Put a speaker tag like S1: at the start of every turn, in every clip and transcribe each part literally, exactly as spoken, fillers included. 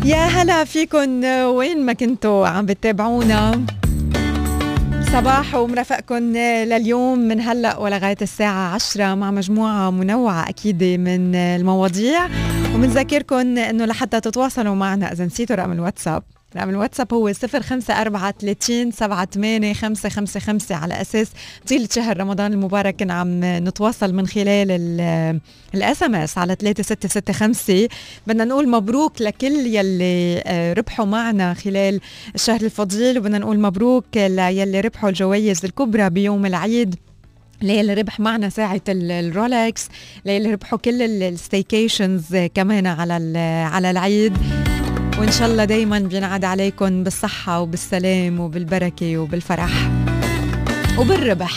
S1: يا هلا فيكن وين ما كنتوا عم بتتابعونا. صباح ومرافقكن لليوم من هلأ ولغاية الساعة عشرة مع مجموعة منوعة أكيد من المواضيع، ومنذكركن أنه لحتى تتواصلوا معنا إذا نسيتوا رقم الواتساب، رقم الواتساب هو صفر خمسة أربعة ثلاثين سبعة ثمانية خمسة خمسة خمسة. على أساس طيلة شهر رمضان المبارك كنا عم نتواصل من خلال الاس ام اس على ثلاثة ستة ستة خمسة. بدنا نقول مبروك لكل يلي ربحوا معنا خلال الشهر الفضيل، وبدنا نقول مبروك ليلي ربحوا الجوائز الكبرى بيوم العيد، ليلي ربح معنا ساعة الرولكس، ليلي ربحوا كل الستيكيشنز كمان على على العيد. وإن شاء الله دايما بينعاد عليكم بالصحة وبالسلام وبالبركة وبالفرح وبالربح.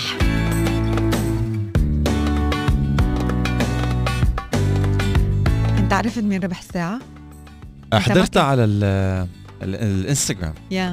S1: انت عرفت مين ربح الساعة؟
S2: حضرتها على ال ال الانستغرام.
S1: يا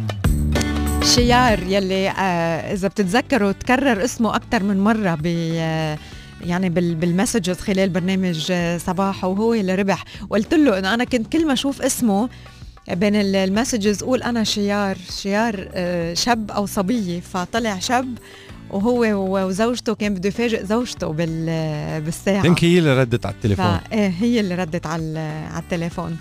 S1: شيار يلي آه إذا بتتذكروا تكرر اسمه أكتر من مرة ب آه يعني بالمسجز خلال برنامج صباح، وهو اللي ربح. وقلت له انه انا كنت كل ما اشوف اسمه بين المسجز اقول انا شيار شيار شاب او صبيه، فطلع شاب وهو وزوجته كان بده يفاجئ زوجته بالساعه.
S2: يمكن هي اللي ردت على التليفون.
S1: ايه هي اللي ردت على على التليفون.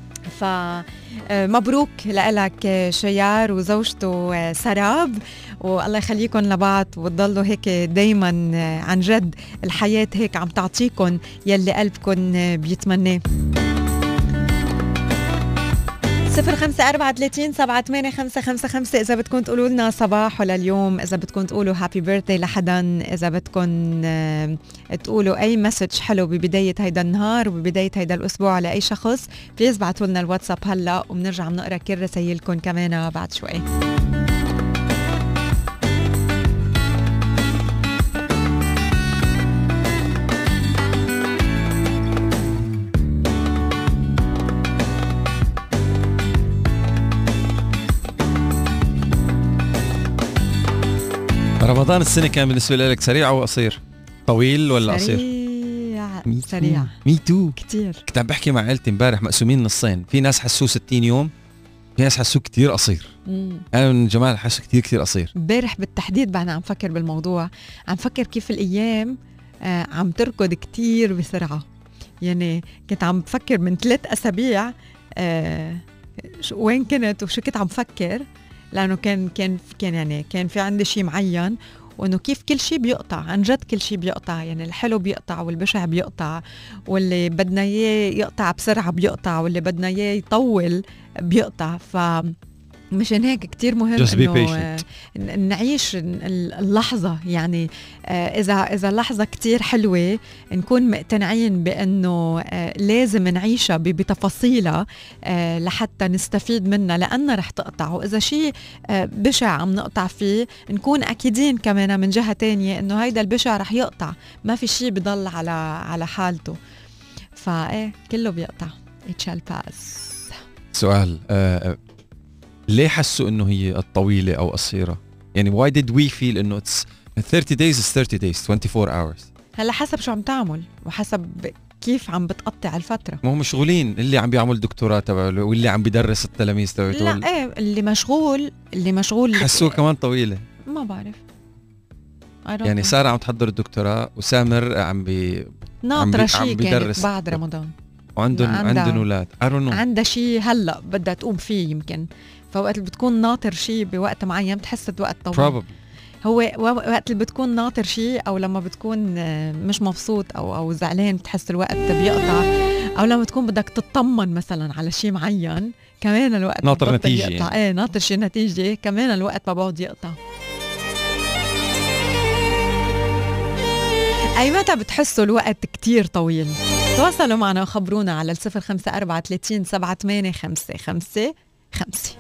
S1: فمبروك لك شيار وزوجته سراب، والله يخليكم لبعض وتضلوا هيك دايما. عن جد الحياة هيك عم تعطيكم يلي قلبكم بيتمناه. صفر خمسة أربعة ثلاثين سبعة ثمانية خمسة خمسة خمسة إذا بدكم تقولوا لنا صباح ولليوم، إذا بدكم تقولوا هابي بيرثدي لحدا، إذا بدكم تقولوا أي مسج حلو ببداية هيدا النهار وببداية هيدا الأسبوع على أي شخص، بليز بعتوا لنا الواتساب هلا، وبنرجع بنقرا كل رسايلكم كمان بعد شوي.
S2: رمضان السنة كان بالنسبة لك سريع أو قصير؟ طويل ولا قصير؟
S1: سريع سريع
S2: مي تو
S1: كتير.
S2: كنت عم بحكي مع عائلتي امبارح مقسومين نصين، في ناس حسوه ستين يوم، في ناس حسوه كتير قصير. مم. أنا من جمال حسه كتير كتير قصير.
S1: امبارح بالتحديد بعد عم فكر بالموضوع، عم فكر كيف الأيام آه عم تركض كتير بسرعة. يعني كنت عم بفكر من ثلاث أسابيع آه وين كنت وشو كنت عم فكر، لأنه كان كان كان يعني كان في عندي شيء معين، وإنه كيف كل شيء بيقطع. عن جد كل شيء بيقطع، يعني الحلو بيقطع والبشع بيقطع، واللي بدنا إياه يقطع بسرعة بيقطع، واللي بدنا إياه يطول بيقطع. ف مشان هيك كتير مهم إنه نعيش اللحظة. يعني إذا إذا اللحظة كتير حلوة نكون مقتنعين بأنه لازم نعيشها بتفاصيلها لحتى نستفيد منها، لأنها رح تقطع. وإذا شيء بشع عم نقطع فيه نكون أكيدين كمان من جهة تانية إنه هيدا البشع رح يقطع، ما في شيء بضل على على حالته. فإيه كله بيقطع. it shall pass.
S2: سؤال آه ليه حسوا انه هي الطويله او قصيره؟ يعني why did we feel انه it's thirty days is thirty days twenty-four hours؟
S1: هلا حسب شو عم تعمل وحسب كيف عم بتقطع الفتره.
S2: ما هم مشغولين، اللي عم بيعمل دكتوراه تبعه واللي عم بيدرس التلاميذ تبعته.
S1: لا ايه اللي مشغول اللي مشغول
S2: حسوه كمان طويله.
S1: ما بعرف
S2: يعني ساره عم تحضر الدكتوراه وسامر عم بي
S1: ناطره شيء كانت بعد رمضان،
S2: وعندهم عندهم اولاد
S1: عندها شيء هلا بدها تقوم فيه يمكن. فوقت اللي بتكون ناطر شيء بوقت معين بتحس بوقت طويل.
S2: Probably.
S1: هو وقت اللي بتكون ناطر شيء او لما بتكون مش مبسوط او او زعلان بتحس الوقت بيقطع، او لما تكون بدك تطمن مثلا على شيء معين كمان الوقت
S2: ناطر نتيجه
S1: يقطع. يعني. ايه ناطر شيء نتيجه كمان الوقت ببعض يقطع. أي متى بتحسوا الوقت كتير طويل؟ تواصلوا معنا وخبرونا على الصفر خمسة أربعة ثلاثين سبعة ثمانية خمسة خمسة خمسة.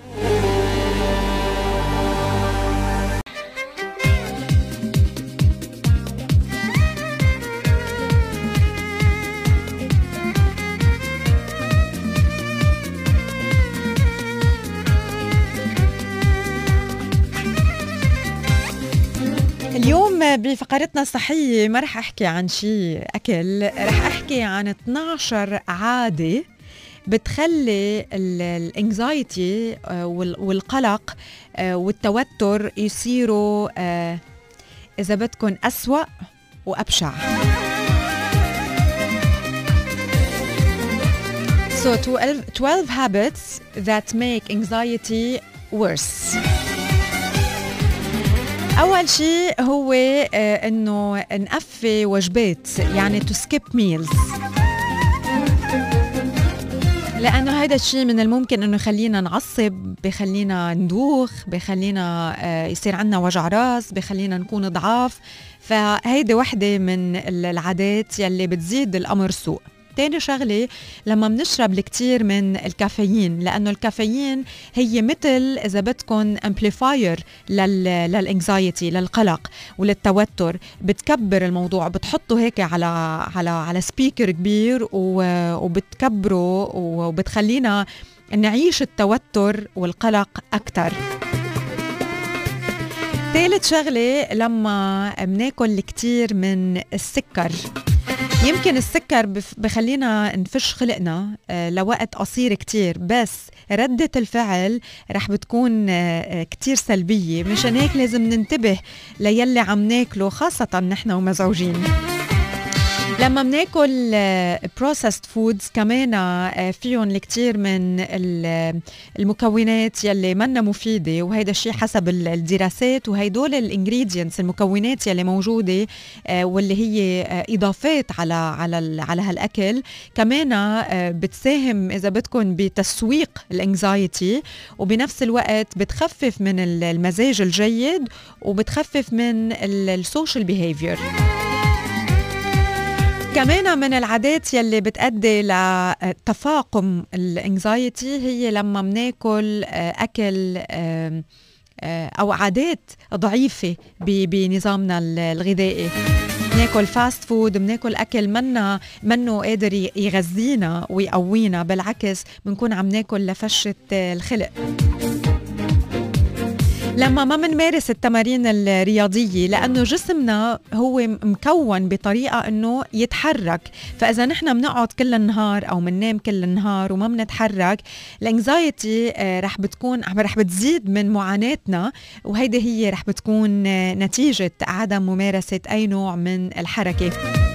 S1: اليوم بفقرتنا الصحية ما رح أحكي عن شيء أكل، رح أحكي عن اثنعش عادة بتخلي الانكزايتي والقلق والتوتر يصيروا إذا بدكن أسوأ وأبشع. So twelve, twelve habits that make anxiety worse. أول شيء هو إنه نقفي وجبات، يعني to skip meals، لأنه هذا الشيء من الممكن إنه يخلينا نعصب، بخلينا ندوخ، بخلينا يصير عنا وجع راس، بخلينا نكون ضعاف. فهيدي وحدة من العادات يلي بتزيد الأمر سوء. تاني شغلة، لما منشرب الكتير من الكافيين، لأنه الكافيين هي مثل إذا بدكن amplifier للانكزايتي، للقلق وللتوتر، بتكبر الموضوع، بتحطه هيك على على على سبيكر كبير وبتكبره وبتخلينا نعيش التوتر والقلق أكتر. ثالث شغلة، لما مناكل كتير من السكر، يمكن السكر بخلينا نفش خلقنا لوقت قصير كتير، بس ردة الفعل رح بتكون كتير سلبية. مشان هيك لازم ننتبه ليلي عم ناكله، خاصة نحن ومزعوجين. لما مناكل processed foods كمان فيهم الكثير من المكونات يلي منا مفيدة، وهيدا الشيء حسب الدراسات، وهيدول الانجريدينتس، المكونات يلي موجودة واللي هي إضافات على على على هالأكل، كمان بتساهم إذا بدكم بتسويق الانكزايتي، وبنفس الوقت بتخفف من المزاج الجيد وبتخفف من السوشيال بيهيفير. كمان من العادات يلي بتأدي لتفاقم الانكزايتي هي لما مناكل أكل أو عادات ضعيفة بنظامنا الغذائي. بناكل فاست فود، بناكل أكل منا منه قادر يغذينا ويقوينا، بالعكس بنكون عم ناكل لفشة الخلق. لما ما منمارس التمارين الرياضية، لأنه جسمنا هو مكون بطريقة أنه يتحرك، فإذا نحن منقعد كل النهار أو مننام كل النهار وما منتحرك، الانكزايتي رح بتكون رح بتزيد من معاناتنا، وهيدي هي رح بتكون نتيجة عدم ممارسة أي نوع من الحركة.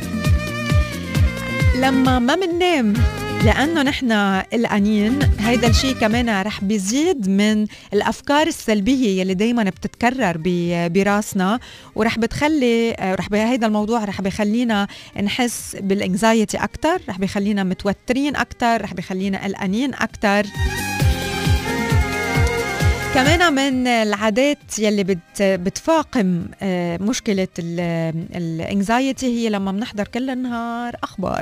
S1: لما ما مننام لأنه نحن قلقانين، هيدا الشيء كمان رح بيزيد من الأفكار السلبية يلي دايما بتتكرر براسنا، ورح بتخلي رح هيدا الموضوع رح بيخلينا نحس بالانكزايتي أكتر، رح بيخلينا متوترين أكتر، رح بيخلينا قلقانين أكتر. كمان من العادات يلي بت بتفاقم مشكلة الانكزايتي هي لما بنحضر كل النهار أخبار.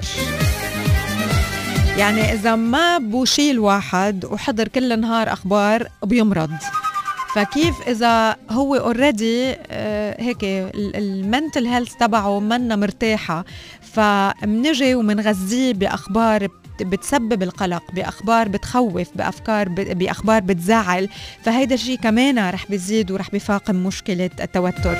S1: يعني إذا ما بوشيل واحد وحضر كل نهار أخبار بيمرض، فكيف إذا هو اوريدي هيك المنتل هيلث تبعه منا مرتاحة، فمنجي ومنغذيه بأخبار بتسبب القلق، بأخبار بتخوف، بأفكار بأخبار بتزعل، فهيدا الشيء كمان رح بيزيد ورح بيفاقم مشكلة التوتر.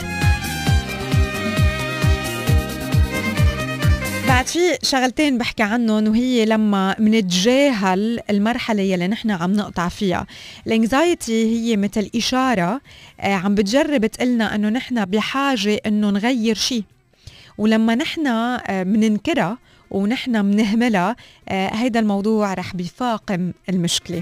S1: بعد في شغلتين بحكي عنهم، وهي لما منتجاهل المرحلة يلي نحن عم نقطع فيها. الانكزايتي هي مثل إشارة عم بتجرب تقلنا أنه نحن بحاجة أنه نغير شيء، ولما نحن مننكرها ونحن منهملها هيدا الموضوع رح بيفاقم المشكلة.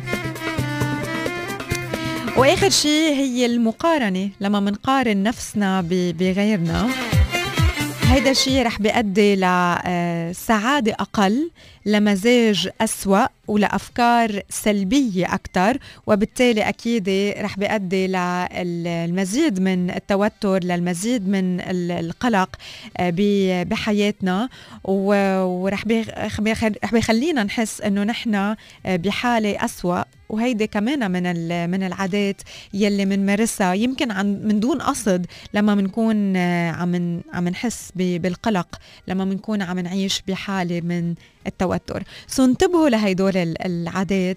S1: وآخر شيء هي المقارنة، لما منقارن نفسنا بغيرنا، هيدا الشيء رح بيؤدي لسعادة أقل، لمزاج أسوأ، ولأفكار سلبية أكتر، وبالتالي أكيد رح بيؤدي للمزيد من التوتر، للمزيد من القلق بحياتنا، ورح بيخلينا نحس إنه نحن بحالة أسوأ. وهيدي كمان من من العادات يلي منمارسها يمكن عن من دون قصد، لما منكون عم عم نحس بالقلق، لما منكون عم نعيش بحالة من التوتر. سو انتبهوا لهيدول العادات،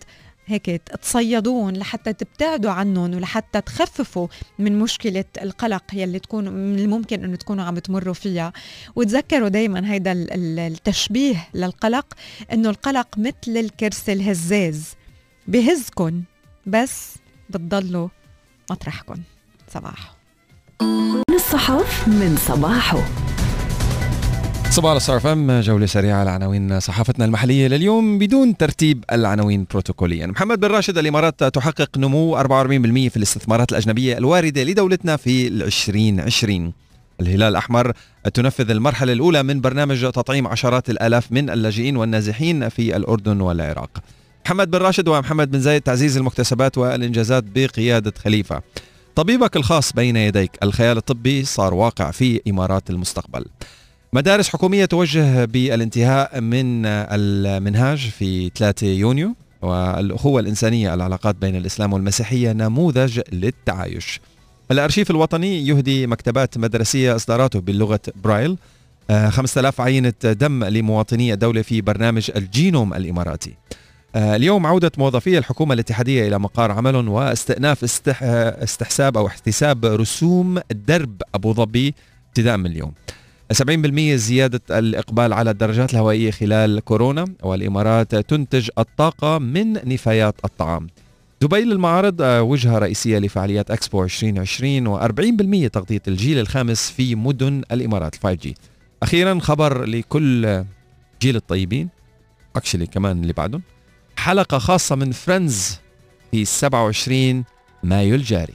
S1: هيك تصيدون لحتى تبتعدوا عنهم ولحتى تخففوا من مشكلة القلق يلي تكون من الممكن أنه تكونوا عم تمروا فيها. وتذكروا دايما هيدا التشبيه للقلق، أنه القلق مثل الكرسي الهزاز بهزكن بس بتضلوا مطرحكن. صباح
S3: الصحف من صباحه.
S2: صباح الصار فم، جولة سريعة على عناوين صحافتنا المحلية لليوم بدون ترتيب العناوين بروتوكوليا. محمد بن راشد: الإمارات تحقق نمو أربعة وأربعين بالمئة في الاستثمارات الأجنبية الواردة لدولتنا في العشرين عشرين. الهلال الأحمر تنفذ المرحلة الأولى من برنامج تطعيم عشرات الآلاف من اللاجئين والنازحين في الأردن والعراق. محمد بن راشد ومحمد بن زايد: تعزيز المكتسبات والإنجازات بقيادة خليفة. طبيبك الخاص بين يديك، الخيال الطبي صار واقع في إمارات المستقبل. مدارس حكومية توجه بالانتهاء من المنهاج في ثلاثة يونيو. والأخوة الإنسانية: العلاقات بين الإسلام والمسيحية نموذج للتعايش. الأرشيف الوطني يهدي مكتبات مدرسية إصداراته باللغة برايل. خمسة آلاف عينة دم لمواطني الدولة في برنامج الجينوم الإماراتي. اليوم عودة موظفي الحكومة الاتحادية إلى مقار عملهم واستئناف استح... استحساب أو احتساب رسوم درب أبو ظبي ابتداء من اليوم. سبعين بالمئة زيادة الإقبال على الدراجات الهوائية خلال كورونا. والإمارات تنتج الطاقة من نفايات الطعام. دبي للمعارض وجهة رئيسية لفعاليات أكسبو عشرين عشرين. وأربعين بالمئة تغطية الجيل الخامس في مدن الإمارات فايف جي. أخيرا خبر لكل جيل الطيبين، أكشلي كمان اللي بعدهم، حلقة خاصة من فريندز في سبعة وعشرين مايو الجاري.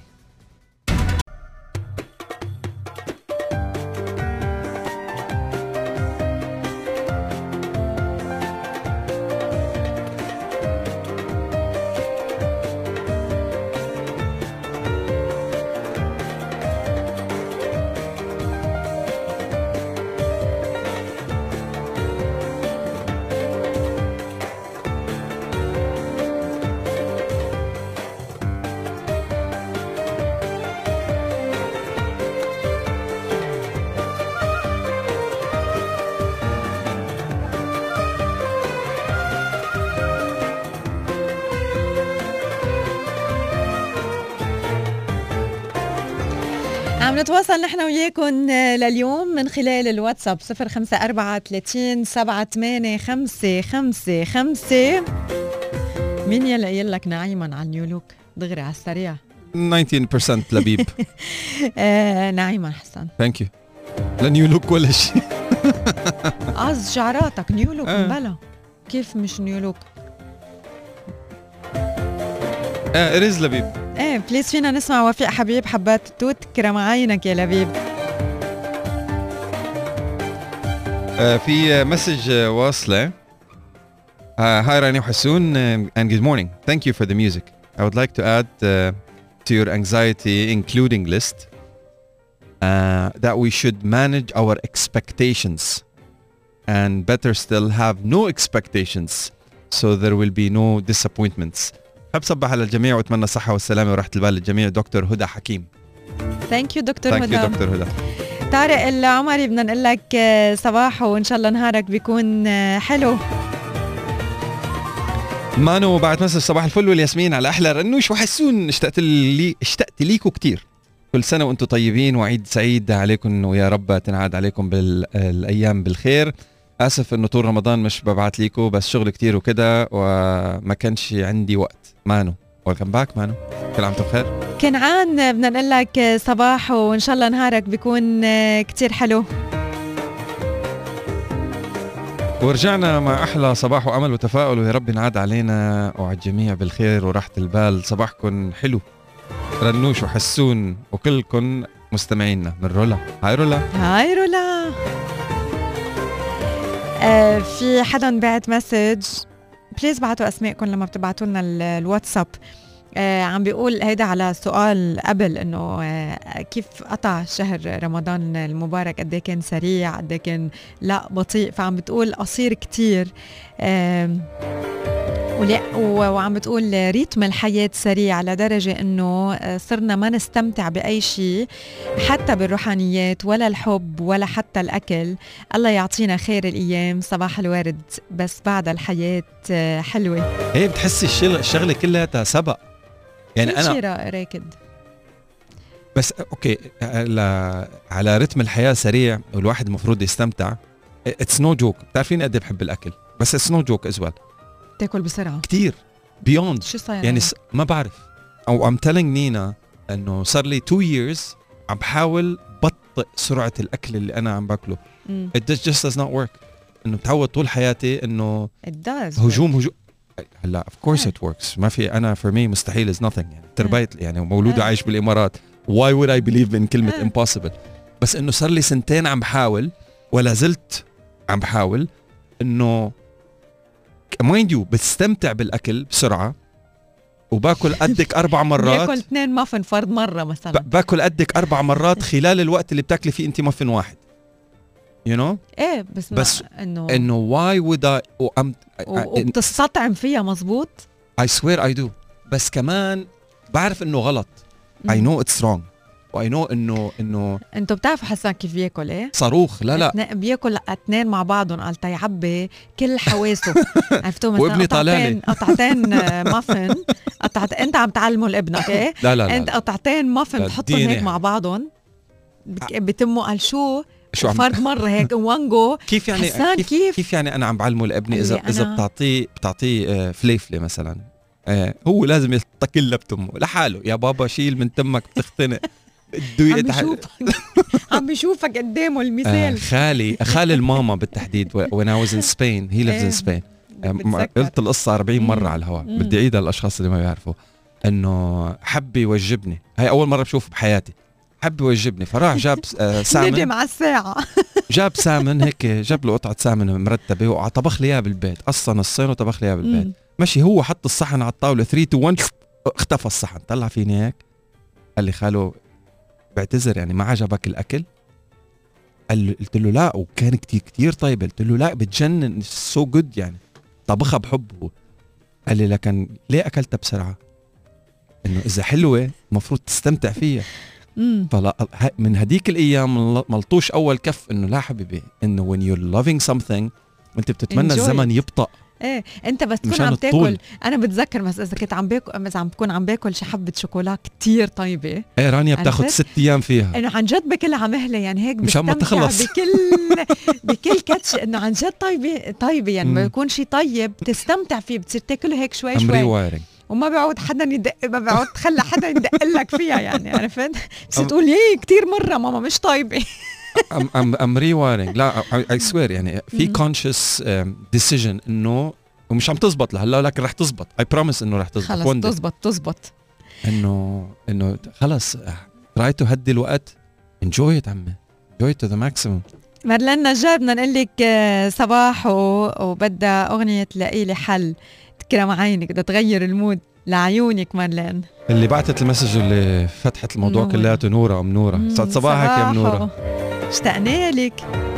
S1: عم نتواصل نحن وياكم لليوم من خلال الواتساب صفر خمسة أربعة ثلاثين سبعة ثمانية خمسة خمسة خمسة. مين يلا قايل لك نعيما على النيو لوك دغري على السريع؟
S2: تسعين بالمئة لبيب.
S1: آه نعيما حسن. ثانك
S2: يو. لا نيو لوك ولا شيء.
S1: قص شعراتك نيو لوك بلا. كيف مش نيو لوك؟
S2: اه ارز لبيب.
S1: ايه بليز فينا نسمع وفاء حبيب حبات التوت كرم عينك يا لبيب.
S2: آه في مسج واصلة. هاي راني وحسون and good morning. Thank you for the music. I would like to add uh, to your anxiety including list uh, that we should manage our expectations and better still have no expectations so there will be no disappointments. حب صبح على الجميع واتمنى الصحة والسلامة وراحة البال للجميع. دكتور هدى حكيم.
S1: ثانك يو دكتور هدى.
S2: ثانك يو دكتور هدى.
S1: طارق العمري بدنا نقول لك صباح وان شاء الله نهارك بيكون حلو.
S2: مانو بعد مسج صباح الفل والياسمين على احلى رنوش وحسون. اشتقت لي اشتقت ليكم كتير. كل سنة وانتم طيبين وعيد سعيد عليكم ويا رب تنعاد عليكم بالايام بالخير. اسف انه طول رمضان مش ببعت ليكم بس شغل كتير وكده وما كانش عندي وقت. مانو ويلكم باك مانو. كل عام وانتم بخير.
S1: كنعان بدنا نقول لك صباح وان شاء الله نهارك بيكون كتير حلو.
S2: ورجعنا مع احلى صباح وامل وتفاؤل ويا رب ينعاد علينا وعلى الجميع بالخير وراحة البال. صباحكم حلو. رنوش وحسون وكلكم مستمعينا من رولا. هاي رولا.
S1: هاي رولا. آه في حدا بعت مسج بليز بعتوا اسماءكم لما بتبعتوا لنا الواتساب. آه عم بيقول هيدا على سؤال قبل انه آه كيف قطع شهر رمضان المبارك، قد ايه كان سريع قد ايه كان لا بطيء، فعم بتقول قصير كتير. آه ولا وعم بتقول ريتم الحياة سريع لدرجة إنه صرنا ما نستمتع بأي شيء، حتى بالروحانيات ولا الحب ولا حتى الأكل. الله يعطينا خير الأيام. صباح الورد، بس بعد الحياة حلوة.
S2: هي بتحسي الشغل الشغلة كلها سبق يعني. أنا
S1: راكد
S2: بس أوكي على على رتم الحياة سريع والواحد المفروض يستمتع. It's no joke. بتعرفين قد بحب الأكل، بس it's no joke as well.
S1: تاكل بسرعة
S2: كتير beyond.
S1: شو صاير
S2: يعني س... ما بعرف. أو I'm telling نينا إنه صار لي two years عم بحاول بطئ سرعة الأكل اللي أنا عم باكله.
S1: مم.
S2: It just does not work. إنه بتعود طول حياتي إنه
S1: It does
S2: هجوم هجوم. هلا of course it works. ما في أنا for me مستحيل is nothing يعني. تربيت يعني ومولودة عايش بالإمارات. Why would I believe in كلمة impossible؟ بس إنه صار لي سنتين عم بحاول ولا زلت عم بحاول إنه mind you بستمتع بالأكل بسرعة وباكل قدك أربع مرات.
S1: باكل اثنين مافن فرد مرة مثلا.
S2: باكل قدك أربع مرات خلال الوقت اللي بتاكلي فيه أنت مافن واحد. You know؟
S1: إيه بس
S2: بس
S1: إنه
S2: إنه why would I وأم
S1: وبتستطعم فيها مزبوط.
S2: I swear I do. بس كمان بعرف إنه غلط. I know it's wrong. و I know إنه إنه
S1: أنتوا بتعرفوا حسان كيف بياكل إيه؟
S2: صاروخ. لا لا
S1: بياكل اثنين مع بعضهم قال تيعبي كل حواسه. عرفتوا مثلا
S2: وابني طالع لي
S1: قطعتين مافن قطعت انت عم تعلمه لابنك ايه؟
S2: لا لا لا
S1: انت قطعتين مافن بتحطهم هيك مع بعضهم بتموا قال شو
S2: شو عم
S1: فرد مره هيك وانجو.
S2: كيف يعني كيف,
S1: كيف
S2: كيف يعني انا عم بعلمه لابني اذا اذا بتعطيه بتعطيه فليفله مثلا آه هو لازم يتكل بتمه لحاله. يا بابا شيل من تمك بتختنق. بده
S1: يتحدث عم بيشوفك قدامه المثال.
S2: آه خالي خالي الماما بالتحديد when I was in Spain he lives in Spain. آه قلت القصة أربعين مرة على الهواء بدي أعيدها للأشخاص اللي ما بيعرفوا. إنه حب يوجبني. هاي أول مرة بشوف بحياتي. حب يوجبني فراح جاب آه سامن.
S1: ندم على الساعة.
S2: جاب سامن هيك جاب له قطعة سامن مرتبة وطبخ لي إياها بالبيت. قصة نصين وطبخ لي إياها بالبيت. ماشي هو حط الصحن على الطاولة ثلاثة اثنين واحد اختفى الصحن. طلع فيني هيك قال لي خالو بعتذر يعني ما عجبك الأكل؟ قال له قلت له لا وكان كتير كتير طيب. قلت له لا بتجنن سو جود يعني طبخها بحبه. قال لي لكن ليه أكلتها بسرعة؟ إنه إذا حلوة مفروض تستمتع فيها. فلا من هديك الأيام ملطوش أول كف إنه لا حبيبي إنه when you're loving something أنت بتتمنى الزمن يبطأ.
S1: ايه انت بس تكون عم تاكل. انا بتذكر مثلا اذا كنت عم باكل مثلا عم بكون عم باكل شي حبه شوكولا كتير طيبه.
S2: ايه رانيا بتاخد ست ايام فيها
S1: انه عن جد بكلها مهله يعني هيك
S2: مشان ما تخلص
S1: بكل بكل كاتش انه عن جد طيبه طيبه يعني ما بيكون شي طيب تستمتع فيه بتصير تاكله هيك شوي شوي وما بيعود حدا يدق ما بيعود تخلى حدا يدق لك فيها يعني عرفت بس تقول ايه كتير مره ماما مش طيبه.
S2: ام ام ام ريوايرنج. لا اي سوير يعني في كونشس ديسيجن انه ومش عم تزبط لهلا لكن رح تزبط. اي بروميس انه رح تزبط.
S1: خلص تزبط تزبط
S2: انه انه خلص تراي تو هدي الوقت. انجوي ات عمي انجوي تو ذا ماكسيموم.
S1: مارلين نجار بدنا نقول لك صباح وبدها اغنيه تلاقي لي حل تكرم عينك بدها تغير المود لعيونك. مارلين
S2: اللي بعتت المسج اللي فتحت الموضوع كلياته نوره ام نوره. سعد صباحك يا منوره.
S1: اشتقنا لك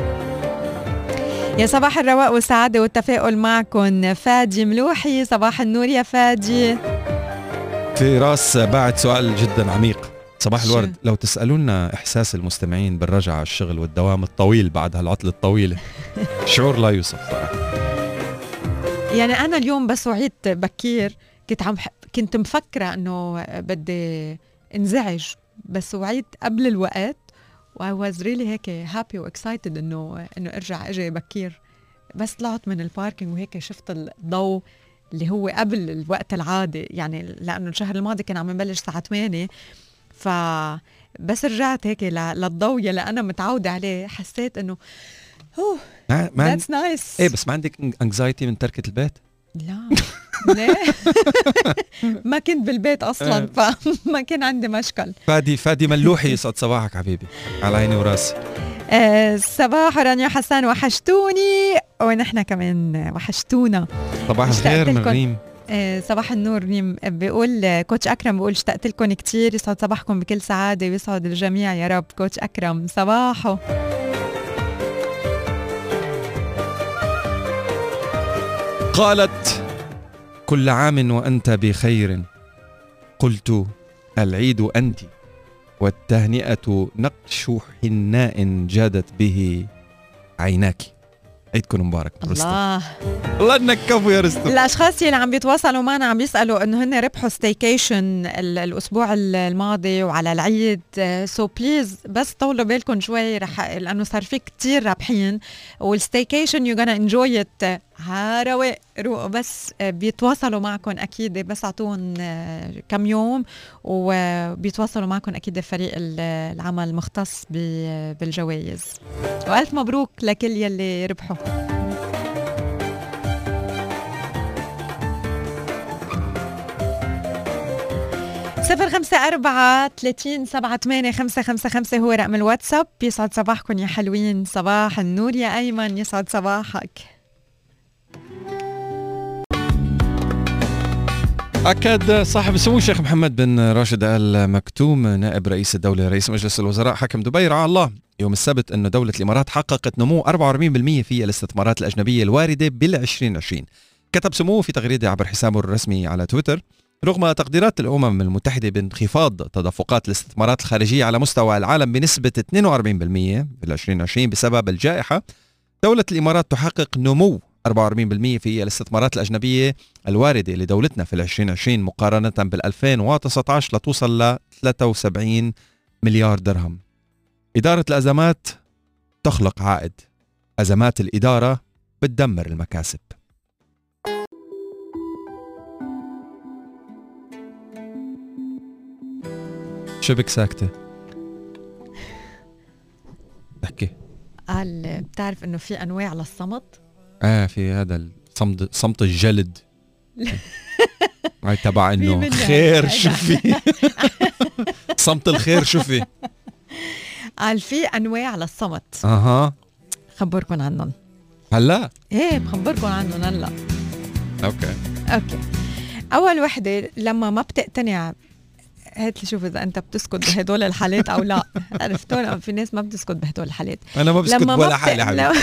S1: يا صباح الرواق والسعادة والتفاؤل معكم. فادي ملوحي صباح النور يا فادي.
S2: في راس بعد سؤال جدا عميق. صباح الورد. لو تسألونا إحساس المستمعين بالرجعة على الشغل والدوام الطويل بعد هالعطلة الطويلة شعور لا يوصف صراحة.
S1: يعني أنا اليوم بس وعيت بكير كنت عم كنت مفكرة إنه بدي انزعج بس وعيت قبل الوقت و I was really هيك happy و excited إنه إنه أرجع أجي بكير. بس طلعت من الباركينج وهيك شفت الضوء اللي هو قبل الوقت العادي يعني لأنه الشهر الماضي كان عم نبلش الساعة ثمانية فبس رجعت هيك للضوء اللي أنا متعودة عليه حسيت إنه أوه
S2: ما
S1: that's nice.
S2: إيه بس ما عندك anxiety من تركة البيت؟
S1: لا ليه؟ ما كنت بالبيت أصلا فما كان عندي مشكل.
S2: فادي فادي ملوحي يسعد صباحك حبيبي على عيني وراسي.
S1: آه صباح رانيا حسان وحشتوني ونحن كمان وحشتونا.
S2: صباح الخير من ريم.
S1: آه صباح النور ريم بيقول كوتش أكرم بيقول اشتقت لكم كتير يسعد صباحكم بكل سعادة ويسعد الجميع يا رب. كوتش أكرم صباحه.
S2: قالت كل عام وأنت بخير، قلت العيد أنت، والتهنئة نقش حناء جادت به عيناك. عيدكم مبارك.
S1: الله
S2: الله انك كفو يا رستم.
S1: الاشخاص اللي عم بيتواصلوا معنا عم بيسالوا انه هن ربحوا ستيكيشن الاسبوع الماضي وعلى العيد، سو بليز بس طولوا بالكم شوي رح لانه صار في كتير رابحين، والستيكيشن يو غانا انجوي ات هاروي روقوا، بس بيتواصلوا معكم اكيد، بس اعطوهم كم يوم وبيتواصلوا معكم اكيد فريق العمل المختص بالجوائز. والف مبروك لكل يلي ربحوا. صفر خمسة أربعة ثلاثين سبعة ثمانية خمسة خمسة خمسة هو رقم الواتساب. يسعد صباحكم يا حلوين. صباح النور يا أيمن، يسعد صباحك.
S2: أكد صاحب السمو الشيخ محمد بن راشد آل مكتوم نائب رئيس الدولة رئيس مجلس الوزراء حاكم دبي رعاه الله يوم السبت أن دولة الإمارات حققت نمو أربعة وأربعين بالمئة في الاستثمارات الأجنبية الواردة بالعشرين عشرين. كتب سموه في تغريدة عبر حسابه الرسمي على تويتر: رغم تقديرات الأمم المتحدة بانخفاض تدفقات الاستثمارات الخارجية على مستوى العالم بنسبة اثنين وأربعين بالمئة في عشرين عشرين بسبب الجائحة، دولة الإمارات تحقق نمو أربعة وأربعين بالمئة في الاستثمارات الأجنبية الواردة لدولتنا في عشرين عشرين مقارنة بال2019 لتوصل ل ثلاثة وسبعين مليار درهم. إدارة الأزمات تخلق عائد، أزمات الإدارة بتدمر المكاسب. شو بك ساكتة؟ احكي.
S1: قال بتعرف انه في انواع للصمت؟
S2: اه في هذا الصمت، صمت الجلد. هاي تبع انه خير شوفي. صمت الخير شوفي.
S1: قال في انواع للصمت.
S2: اها
S1: خبركم عنهم
S2: هلا.
S1: ايه بخبركم عنهم هلا.
S2: اوكي
S1: اوكي اول وحده لما ما بتقتنع، هات لي شوف اذا انت بتسكت بهدول الحالات او لا. عرفتوا في ناس ما بتسكت بهدول الحالات.
S2: انا ما بسكت ولا حالة حبيبي.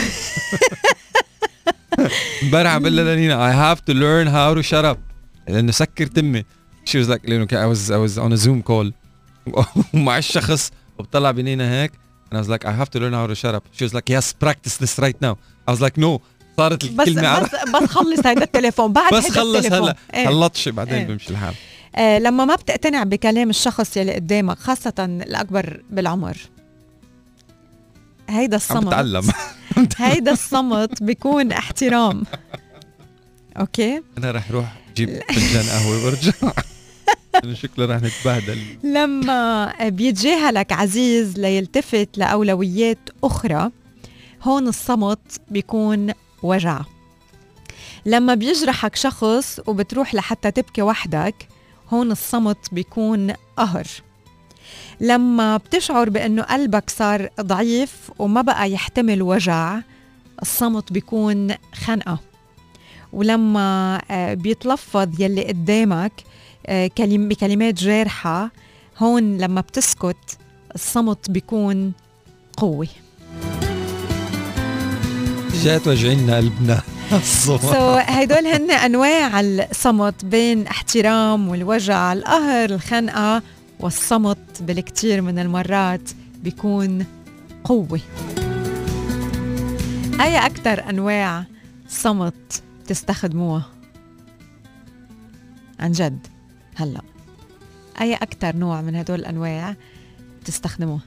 S2: امبارح بقول لها لينا I have to learn how to shut up لانه سكر تمي. she was like لانه I was I was on a Zoom call ومع الشخص وبطلع بينينا هيك and I was like I have to learn how to shut up. she was like yes practice this right now. I was like no. صارت الكلمة
S1: بس بس, بس خلص هيدا التليفون بعد
S2: بس خلص هلا
S1: ايه.
S2: خلطش بعدين ايه. بمشي الحال.
S1: آه لما ما بتقتنع بكلام الشخص يلي قدامك خاصة الأكبر بالعمر، هيدا الصمت
S2: بتعلم.
S1: هيدا الصمت بيكون احترام. اوكي
S2: انا رح روح جيب فنجان قهوة وارجع. شكله رح نتبهدل.
S1: لما بيتجاهلك عزيز ليلتفت لأولويات أخرى، هون الصمت بيكون وجع. لما بيجرحك شخص وبتروح لحتى تبكي وحدك، هون الصمت بيكون قهر. لما بتشعر بأنه قلبك صار ضعيف وما بقى يحتمل وجع، الصمت بيكون خنقة. ولما بيتلفظ يلي قدامك بكلمات جارحة، هون لما بتسكت الصمت بيكون قوي.
S2: جات وجعنا قلبنا.
S1: سو so, هيدول هن أنواع الصمت بين احترام والوجع، القهر، الخنقة، والصمت بالكتير من المرات بيكون قوي. أي أكتر أنواع صمت تستخدموها عن جد هلأ؟ أي أكتر نوع من هدول الأنواع تستخدموه؟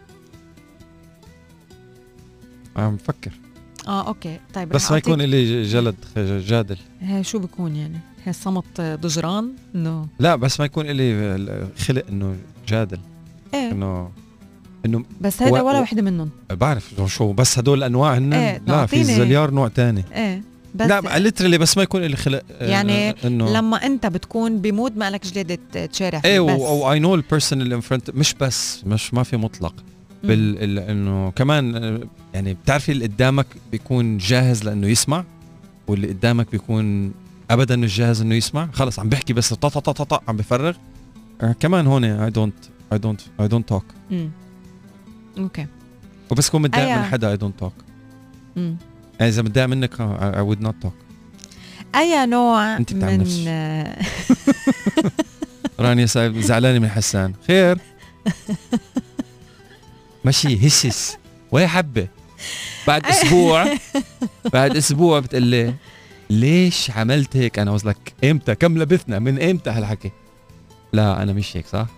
S2: عم بفكر.
S1: اه اوكي طيب
S2: بس ما يكون اللي جلد جادل.
S1: هي شو بيكون يعني؟ هي صمت ضجران انه
S2: لا بس ما يكون اللي خلق انه جادل.
S1: ايه
S2: انه انه
S1: بس هذا و... ولا وحده منهم
S2: بعرف شو، بس هدول الانواع هن
S1: ايه
S2: لا في زليار نوع تاني.
S1: ايه بس
S2: لا ليترلي بس ما يكون اللي خلق
S1: يعني
S2: آه إنه
S1: لما انت بتكون بمود ما لك جلده تشارع
S2: ايه او اي نو البيرسون اللي انفرنت، مش بس مش ما في مطلق بال انه كمان يعني بتعرفي اللي قدامك بيكون جاهز لانه يسمع، واللي قدامك بيكون ابدا مش جاهز انه يسمع، خلص عم بحكي بس طا طا طا طا عم بفرغ. آه كمان هون اي دونت اي دونت اي دونت توك.
S1: اوكي
S2: وبس كون متضايق من حدا اي دونت توك. اذا متضايق منك اي وود نوت توك.
S1: اي نوع
S2: أنت بتعملش.
S1: من آه،
S2: رانيا سايب زعلانة من حسان. خير ماشي هسس وهي حبة. بعد اسبوع بعد اسبوع بتقلي ليش عملت هيك؟ انا وصلك امتى؟ كم لبثنا؟ من امتى هالحكي؟ لا انا مش هيك صح.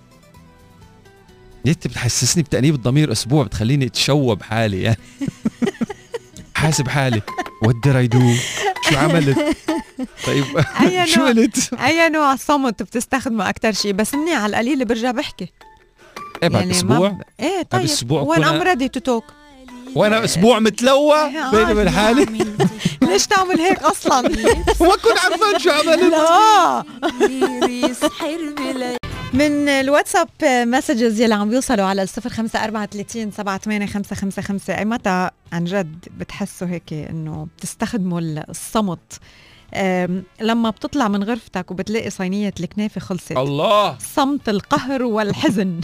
S2: انت بتحسسني بتأنيب الضمير اسبوع، بتخليني اتشوب حالي يعني. حاسب حالي what did I do؟ شو عملت؟ طيب شو قلت؟
S1: اي نوع صمت بتستخدمه اكتر شيء؟ بس مني على القليل برجع بحكي.
S2: ايه بعد
S1: يعني
S2: اسبوع؟
S1: ب... ايه طيب
S2: أسبوع
S1: وانا
S2: كنا-
S1: ام ريدي تو توك.
S2: وانا اسبوع متلوى بيني وبين حالي.
S1: ليش تعمل هيك اصلا؟
S2: ما كنت عارفان شو عملت.
S1: لا من الواتساب مسجز يلي عم بيوصلوا على الصفر خمسة أربعة ثلاثين سبعة ثمانية خمسة خمسة خمسة، أي متى عن جد بتحسوا هيك إنه بتستخدموا الصمت أم، لما بتطلع من غرفتك وبتلاقي صينية الكنافة خلصت؟
S2: الله
S1: صمت القهر والحزن.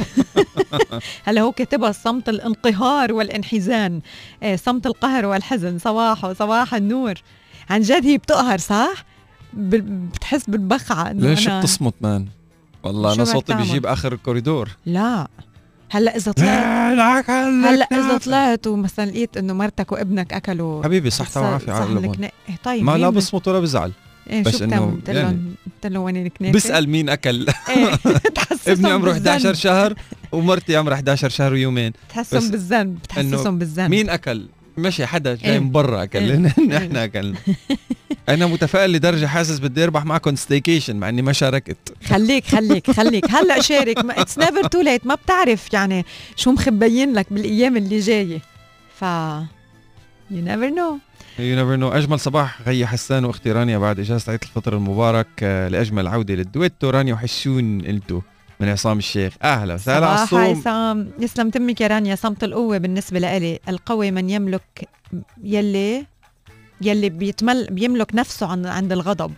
S1: هلا هو كاتبها صمت الانقهار والانحزان. إيه، صمت القهر والحزن. صباح صباح النور. عن جد هي بتقهر صح؟ بال- بتحس بالبخعة إنه
S2: ليش
S1: أنا-
S2: بتصمت مان؟ والله
S1: شو
S2: انا
S1: بدك
S2: صوتي
S1: تعمل؟
S2: بيجيب اخر الكوريدور.
S1: لا هلا اذا طلعت هلا اذا طلعت ومثلا لقيت انه مرتك وابنك اكلوا
S2: حبيبي صحتها وعافيه على
S1: صحن
S2: قلبهم.
S1: الكنا- إيه طيب
S2: ما
S1: مين
S2: لا
S1: من-
S2: بصمت ولا بزعل.
S1: إيه
S2: بس
S1: شو
S2: إنه
S1: بتعمل؟ قلت
S2: يعني
S1: لهم قلت لهم وين الكنافه؟
S2: بسأل مين اكل.
S1: إيه تحسسهم
S2: ابني عمره
S1: بالذنب.
S2: إحدى عشر شهر ومرتي عمرها إحدى عشر شهر ويومين.
S1: تحسهم
S2: بس
S1: بالذنب بتحسسهم بالذنب.
S2: مين اكل؟ ماشي حدا جاي
S1: إيه.
S2: من برا اكل
S1: إيه.
S2: لان احنا اكلنا. انا متفائل لدرجه حاسس بدي اربح معكم ستيكيشن مع اني ما شاركت.
S1: خليك خليك خليك هلا شارك. اتس نيفر تو ليت. ما بتعرف يعني شو مخبيين لك بالايام اللي جايه. ف يو نيفر نو.
S2: يو نيفر نو. اجمل صباح غي حسان واختي رانيا بعد اجازه عيد الفطر المبارك. آه، لاجمل عوده للدويتو. رانيا وحشون انتو من عصام الشيخ. اهلا وسهلا على
S1: صباح
S2: الصوم.
S1: عصام. يسلم تمك يا رانيا. صمت القوة بالنسبة لإلي. القوي من يملك يلي يلي بيتمل بيملك نفسه عن عند الغضب.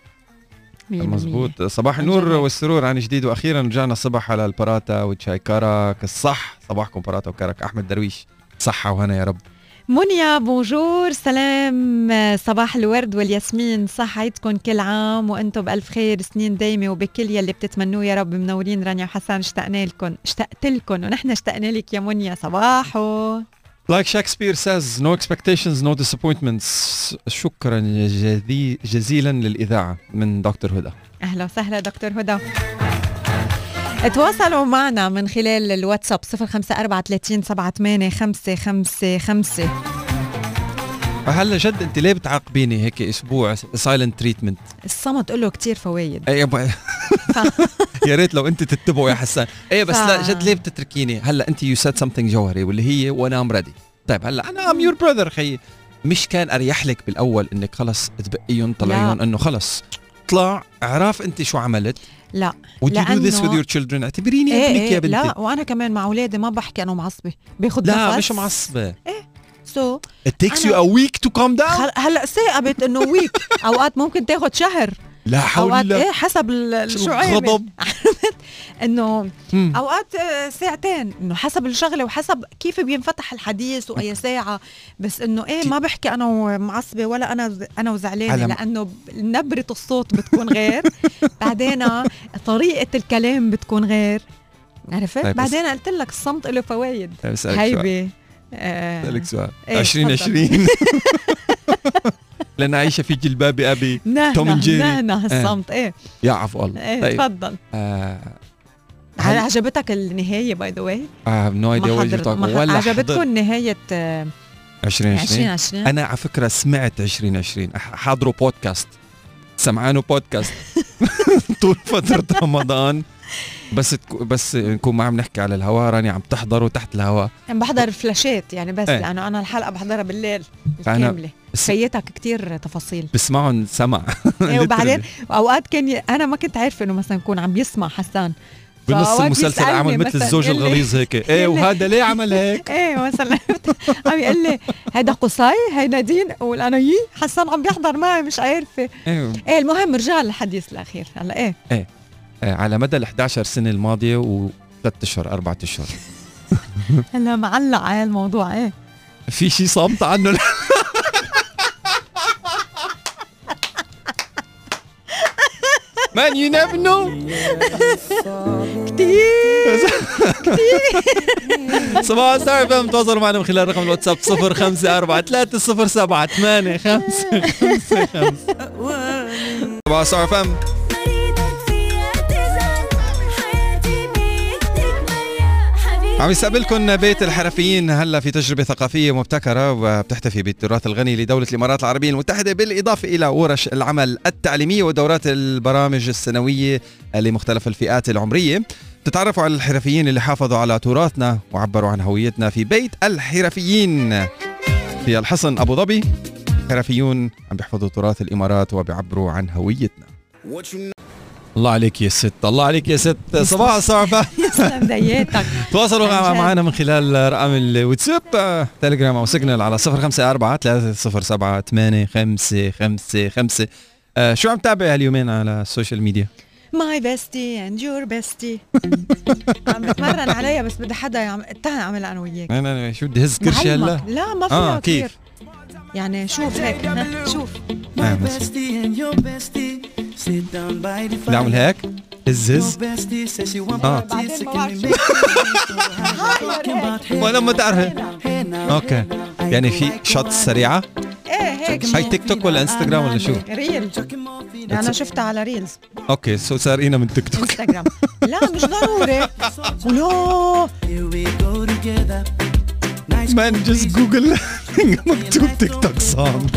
S1: مية بالمية.
S2: مزبوط. صباح
S1: عن
S2: النور
S1: جد.
S2: والسرور عن جديد، واخيرا رجعنا الصبح على البراتا وتشاي كرك الصح. صباحكم براتا وكرك. احمد درويش صحة وهنا يا رب.
S1: منيا بونجور سلام. صباح الورد والياسمين. صح عيدكم كل عام وانتم بألف خير، سنين دايمة وبكل يلي بتتمنوه يا رب. منورين رانيا وحسان. اشتقنا لكم اشتقت لكم ونحن اشتقنا لك يا منيا. صباحو.
S2: Like Shakespeare says, no expectations, no disappointments. شكرا جزي جزيلا للإذاعة من دكتور هدى.
S1: أهلا وسهلا دكتور هدى. تواصلوا معنا من خلال الواتساب صفر خمسة أربعة ثلاثين سبعة ثمانية خمسة خمسة خمسة.
S2: هلا جد انت ليه بتعاقبيني هيك اسبوع سايلنت تريتمنت؟
S1: الصمت له كتير فوايد.
S2: اي يابا يا ريت لو انت تتبعوا يا حسان. ايه بس
S1: ف...
S2: لا جد ليه بتتركيني؟ هلا انت يو سيد سمثينج جوهري واللي هي وانا ام ريدي. طيب هلا انا ام يور براذر خيي. مش كان اريح لك بالاول انك خلص تبقيهم طلعيهم انه خلص طلع اعرف انت شو عملت؟
S1: لا
S2: would you do this with
S1: لأنه-
S2: your children؟ اعتبريني
S1: إيه
S2: ابنك
S1: إيه
S2: يا بنتي.
S1: لا وانا كمان مع اولادي ما بحكي انا معصبه. باخد
S2: لا
S1: نفس.
S2: مش معصبه.
S1: سو
S2: it takes you
S1: أنا-
S2: a week to calm down.
S1: خل... هلا ثاقبت انه ويك. اوقات ممكن تاخد شهر.
S2: لا حول
S1: اوقات
S2: الله.
S1: ايه حسب ال- شو عامل.
S2: غضب.
S1: انه
S2: مم.
S1: اوقات آه، ساعتين انه حسب الشغله وحسب كيف بينفتح الحديث واي ساعه. بس انه ايه ما بحكي انا ومعصبه ولا انا ز- انا وزعلانه
S2: علم.
S1: لانه ب- نبره الصوت بتكون غير. بعدين طريقه الكلام بتكون غير. عرفت؟
S2: طيب،
S1: بعدين قلت لك الصمت له فوايد.
S2: طيب اسالك سؤال.
S1: هيبه آه،
S2: اسالك سؤال.
S1: إيه،
S2: عشرين عشرين لأن عايشة في جلباب أبي. توم
S1: نهنه
S2: and جيري.
S1: نهنه الصمت. ايه
S2: يا عفو الله.
S1: ايه
S2: طيب
S1: تفضل.
S2: آه هل-
S1: عجبتك النهايه باي ذا واي؟
S2: I have no idea what you're talking. ولا
S1: عجبتكم
S2: حضر-
S1: نهايه آه،
S2: عشرين
S1: عشرين
S2: عشرين.
S1: عشرين؟
S2: أنا على فكرة سمعت عشرين عشرين. حاضروا بودكاست سمعانوا بودكاست طول فترة رمضان. بس تكو بس نكون ما عم نحكي على الهواء. راني عم تحضروا تحت الهواء.
S1: عم بحضر فلاشات يعني بس
S2: إيه.
S1: لانه انا الحلقه بحضرها بالليل
S2: فأنا-
S1: كامله.
S2: بس-
S1: فايتك كتير تفاصيل.
S2: بسمعهم سمع.
S1: إيه وبعدين
S2: Literally.
S1: اوقات كان ي... انا ما كنت عارفه انه مثلا يكون عم يسمع حسان
S2: بنص
S1: فأوقات
S2: المسلسل
S1: يسألني
S2: عمل مثل
S1: مثلاً
S2: الزوج
S1: يقول لي-
S2: الغليظ هيك. ايه وهذا ليه عمل هيك؟
S1: ايه مثلا عم يقول لي هيدا قصي هي نادين اقول انا يي حسان عم بيحضر معي مش عارفه.
S2: ايه
S1: ايه المهم رجع للحديث الاخير هلا. ايه
S2: آه، على مدى ال إحدى عشرة سنة الماضية وثلاث اشهر اربعة اشهر
S1: هلا معلق على الموضوع. ايه
S2: في شيء صامت عنه. مان يو نيفر نو.
S1: كتير
S2: صباح ستار اف ام. تواصلوا معنا من خلال رقم الواتساب صفر خمسة أربعة ثلاثة صفر سبعة ثمانية خمسة خمسة خمسة. صباح ستار اف ام. عم يستقبلكم بيت الحرفيين هلا في تجربة ثقافية مبتكرة وبتحتفي بالتراث الغني لدولة الإمارات العربية المتحدة، بالإضافة إلى ورش العمل التعليمية ودورات البرامج السنوية لمختلف الفئات العمرية. تتعرفوا على الحرفيين اللي حافظوا على تراثنا وعبروا عن هويتنا في بيت الحرفيين في الحصن أبو ظبي. حرفيون عم بيحفظوا تراث الإمارات وبيعبروا عن هويتنا. الله عليك يا ست، الله عليك يا ست. صباح الصعفة.
S1: يسلم دياتك.
S2: تواصلوا معنا من خلال رقم الواتساب تليجرام او سيجنال على صفر خمسة أربعة ثلاثة صفر سبعة ثمانية خمسة خمسة خمسة. آه شو عم تابع هاليومين على السوشيال ميديا؟
S1: ماي بيستي اند يور بيستي. عم بتمرن عليها بس بدي حدا يعمل تعال اعمل انا وياك.
S2: انا انا شو بدي هز كرشي هلا؟
S1: لا ما فيها
S2: آه
S1: كثير.
S2: كيف؟
S1: يعني شوف هيك شوف.
S2: نعم بدي اعمل هيك هز هز. اه وانا ما تعرف. اوكي يعني في شوت سريعه.
S1: ايه هيك.
S2: هاي تيك توك ولا انستغرام ولا شو؟
S1: ريل. انا شفتها على ريلز.
S2: اوكي سو سارقينا من تيك توك.
S1: انستغرام. لا مش ضروري. لا
S2: مان جست جوجل مكتوب تيك توك سونج.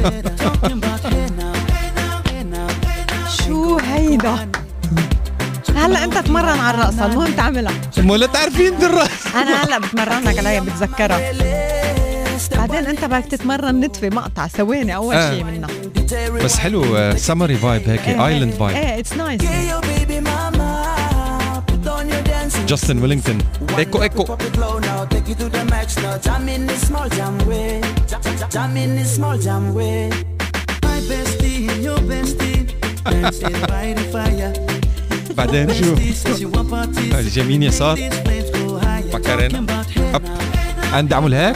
S1: شو هيدا؟ هلا انت تمرن على الرقصه، المهم تعملها.
S2: مو لا تعرفين درة.
S1: انا هلا بتمرنك عليها بتذكرها. بعدين انت بدك تتمرن نتفه مقطع ثواني اول
S2: آه.
S1: شيء منها.
S2: بس حلو سمري فايب هيك ايلاند فايب.
S1: ايه اتس نايس.
S2: جاستن ويلينغتون. ايكو ايكو. بعدين شو اليمين يسار مكرنا اب. عندي اعمل هيك.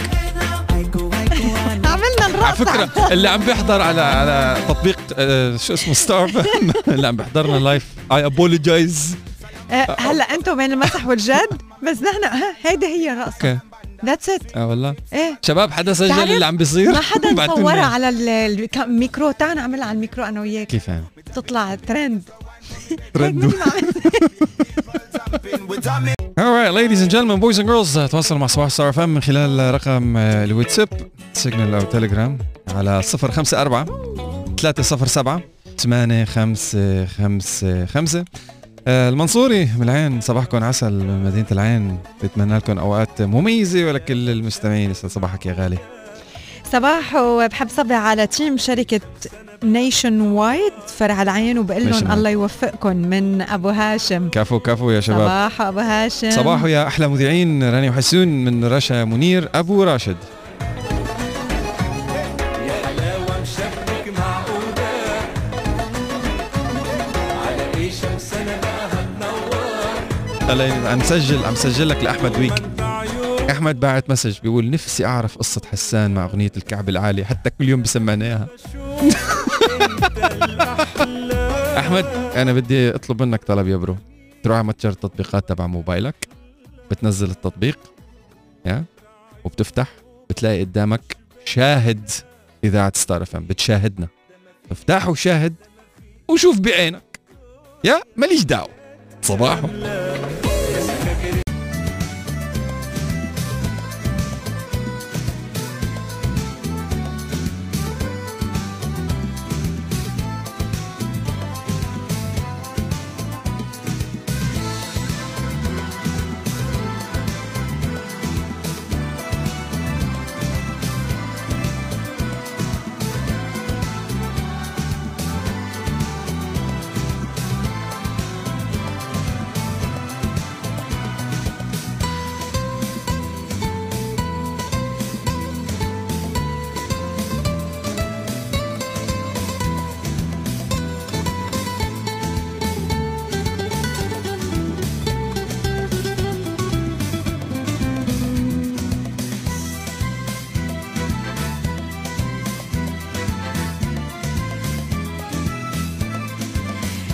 S1: عملنا الرقصه.
S2: على فكره اللي عم بيحضر على على تطبيق آه شو اسمه ستار اللي عم بيحضرنا لايف اي ابولوجايز.
S1: هلا انتم بين المسح والجد بس نحن هيدي هي الرقصه.
S2: اوكي
S1: ذاتس ات.
S2: اه والله
S1: ايه
S2: شباب حدا سجل اللي عم بيصير؟
S1: ما حدا صورها على الميكرو. تعال نعملها على الميكرو انا وياك.
S2: كيف يعني؟
S1: تطلع ترند.
S2: ترند. Alright ladies and gentlemen boys and girls تواصلوا مع صباح ستار اف ام من خلال رقم الواتساب سيجنال او تليجرام على صفر خمسة أربعة ثلاثة صفر سبعة ثمانية خمسة خمسة خمسة. المنصوري من العين صباحكم عسل من مدينة العين. بتمنى لكم أوقات مميزة ولكل المستمعين. يسعد صباحك يا غالي.
S1: صباح وبحب صبح على تيم شركة نيشن وايد فرع العين وبقول لهم الله يوفقكم من أبو هاشم.
S2: كفو كفو يا شباب.
S1: صباح أبو هاشم.
S2: صباح يا أحلى مذيعين راني وحسون من رشا منير أبو راشد. عم مسجل عم مسجل لك لأحمد ويك. أحمد باعت مسج بيقول نفسي أعرف قصة حسان مع أغنية الكعب العالي حتى كل يوم بسمعناها. أحمد أنا بدي أطلب منك طلب يا برو. تروح على متجر التطبيقات تبع موبايلك بتنزل التطبيق يا وبتفتح بتلاقي قدامك شاهد إذاعة ستار اف ام. بتشاهدنا افتح وشاهد وشوف بعينك يا ماليش دعوة. صباحو.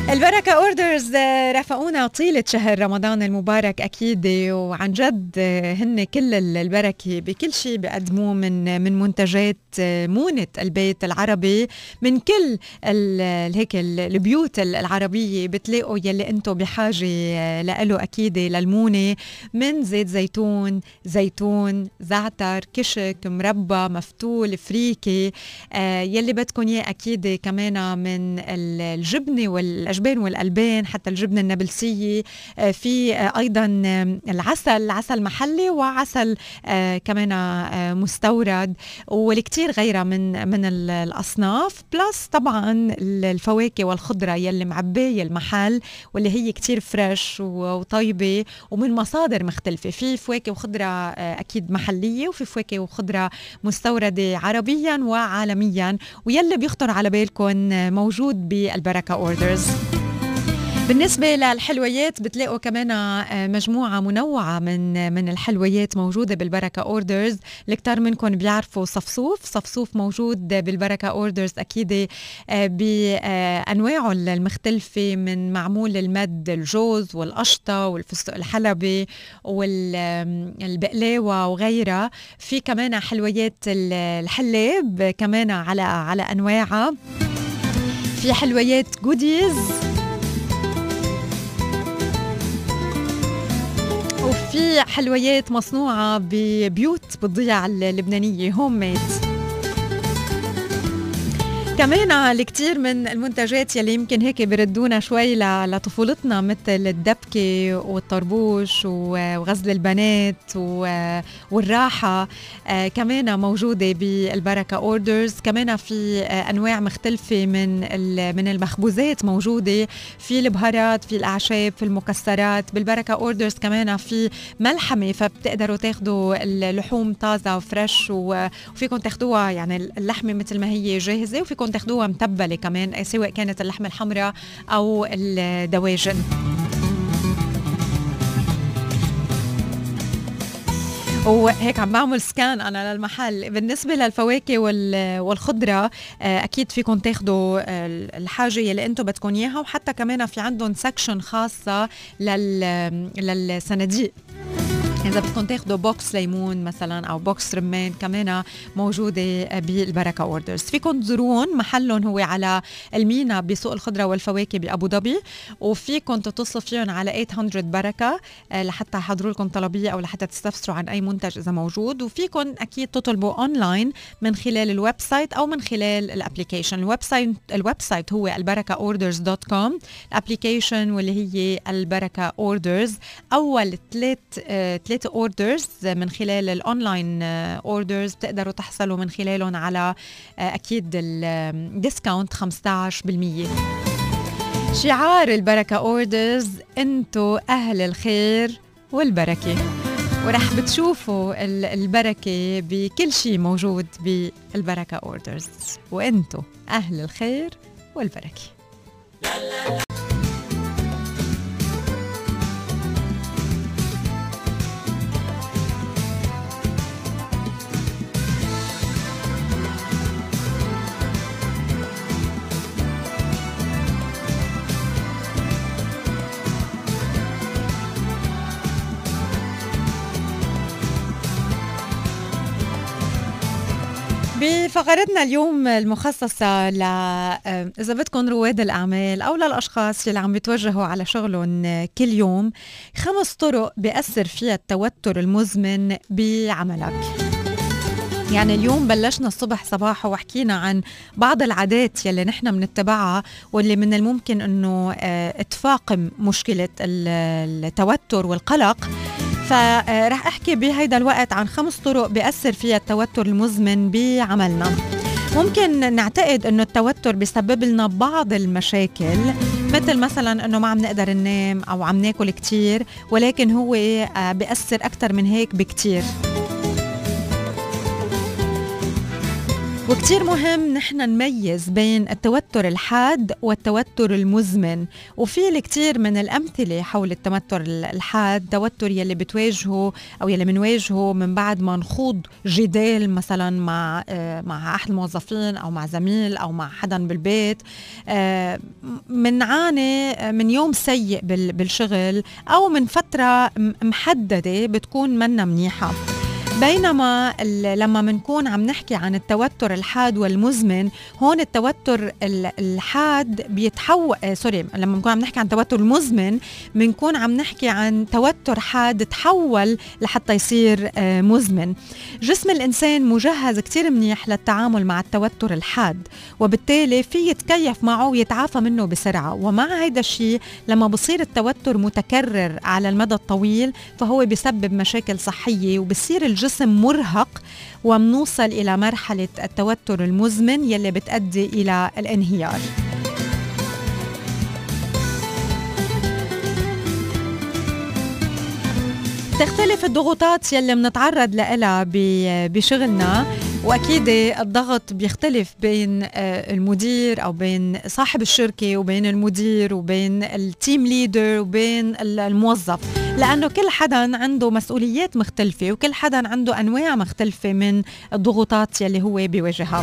S1: البركة أوردرز رافقونا طيلة شهر رمضان المبارك أكيد، وعن جد هن كل البركة بكل شيء بيقدموه من من منتجات مونة البيت العربي، من كل هيك البيوت العربية بتلاقوا يلي انتو بحاجة لأله أكيد للمونة، من زيت زيتون، زيتون، زعتر، كشك، مربى، مفتول، فريكي، يلي بدكن اياه أكيد كمان من الجبنة والأجبان والألبان، حتى الجبنة النابلسية، في أيضا العسل، عسل محلي وعسل كمان مستورد، والكتير غيرها من من الأصناف، بلس طبعا الفواكه والخضرة يلي معباية المحل واللي هي كتير فريش وطيبة ومن مصادر مختلفة. في فواكه وخضرة أكيد محلية، وفي فواكه وخضرة مستوردة عربيا وعالميا، ويلي بيخطر على بالكم موجود بالبركة أوردرز. بالنسبة للحلويات بتلاقوا كمان مجموعة منوعة من من الحلويات موجودة بالبركة أوردرز. الكتار منكم بيعرفوا صفصوف، صفصوف موجود بالبركة أوردرز أكيد بأنواعه المختلفة، من معمول المد، الجوز والقشطة والفستق الحلبي والبقلاوة وغيرها. في كمان حلويات الحلاب كمان على على أنواعها. في حلويات جوديز، وفي حلويات مصنوعة ببيوت بالضيعة اللبنانية هوم ميد. كمان الكثير من المنتجات يلي يمكن هيك بردونا شوي لطفولتنا، مثل الدبكة والطربوش وغزل البنات والراحة، كمان موجودة بالبركة أوردرز. كمان في أنواع مختلفة من من المخبوزات موجودة، في البهارات، في الأعشاب، في المكسرات. بالبركة أوردرز كمان في ملحمة، فبتقدروا تاخدوا اللحوم طازة وفريش، وفيكم تاخدوها يعني اللحمة مثل ما هي جاهزة، وفيكم تاخدوها متبلة كمان، سواء كانت اللحمة الحمراء أو الدواجن. وهيك عم بعمل سكان أنا للمحل. بالنسبة للفواكه والخضرة أكيد فيكم تاخدوا الحاجة يلي أنتم بدكم إياها، وحتى كمان في عندهم سكشن خاصة للصناديق، إذا بدكم تاخدوا بوكس ليمون مثلا أو بوكس رمان كمان موجودة بالبركة أوردرز. فيكم تزورون محلهم، هو على المينا بسوق الخضرة والفواكه بأبو ظبي، وفيكم تتصلوا فيهم على ثمانمية بركة لحتى يحضروا لكم طلبية أو لحتى تستفسروا عن أي منتج إذا موجود. وفيكم أكيد تطلبوا أونلاين من خلال الويب سايت أو من خلال الابليكيشن. الويب سايت الويب سايت هو البركة أوردرز دوت كوم، الابليكيشن واللي هي البركة أوردرز. أول ثلاث ثلاث اوردرز من خلال الاونلاين اوردرز بتقدروا تحصلوا من خلالهم على اكيد الديسكاونت خمسة عشر بالمية. شعار البركة اوردرز: انتو اهل الخير والبركة، ورح بتشوفوا البركة بكل شيء موجود بالبركة اوردرز، وانتو اهل الخير والبركة. بفقرتنا اليوم المخصصة ل إذا بدكم رواد الأعمال أو للأشخاص اللي عم بيتوجهوا على شغلهم كل يوم، خمس طرق بيأثر فيها التوتر المزمن بعملك. يعني اليوم بلشنا الصبح صباحه وحكينا عن بعض العادات يلي نحن بنتبعها واللي من الممكن أنه تفاقم مشكلة التوتر والقلق. فرح أحكي بهيدا الوقت عن خمس طرق بيأثر فيها التوتر المزمن بعملنا. ممكن نعتقد أنه التوتر بيسبب لنا بعض المشاكل، مثل مثلا أنه ما عم نقدر ننام أو عم ناكل كتير، ولكن هو بيأثر أكتر من هيك بكتير. وكتير مهم نحن نميز بين التوتر الحاد والتوتر المزمن، وفي الكثير من الأمثلة حول التوتر الحاد، توتر يلي بتواجهه أو يلي منواجهه من بعد ما نخوض جدال مثلا مع مع أحد الموظفين أو مع زميل أو مع حدا بالبيت، منعاني من يوم سيء بالشغل أو من فترة محددة بتكون منا منيحة. بينما لما منكون عم نحكي عن التوتر الحاد والمزمن، هون التوتر الحاد بيتحول سوري لما نكون عم نحكي عن التوتر المزمن منكون عم نحكي عن توتر حاد تحول لحتى يصير مزمن. جسم الإنسان مجهز كتير منيح للتعامل مع التوتر الحاد، وبالتالي في يتكيف معه ويتعافى منه بسرعة. ومع هيدا الشيء لما بصير التوتر متكرر على المدى الطويل فهو بيسبب مشاكل صحية وبصير الجسم جسم مرهق، ومنوصل إلى مرحلة التوتر المزمن يلي بتؤدي إلى الانهيار. تختلف الضغوطات يلي منتعرض لها بشغلنا، وأكيد الضغط بيختلف بين المدير أو بين صاحب الشركة وبين المدير وبين التيم ليدر وبين الموظف، لأنه كل حدا عنده مسؤوليات مختلفة وكل حدا عنده أنواع مختلفة من الضغوطات يلي هو بيواجهها.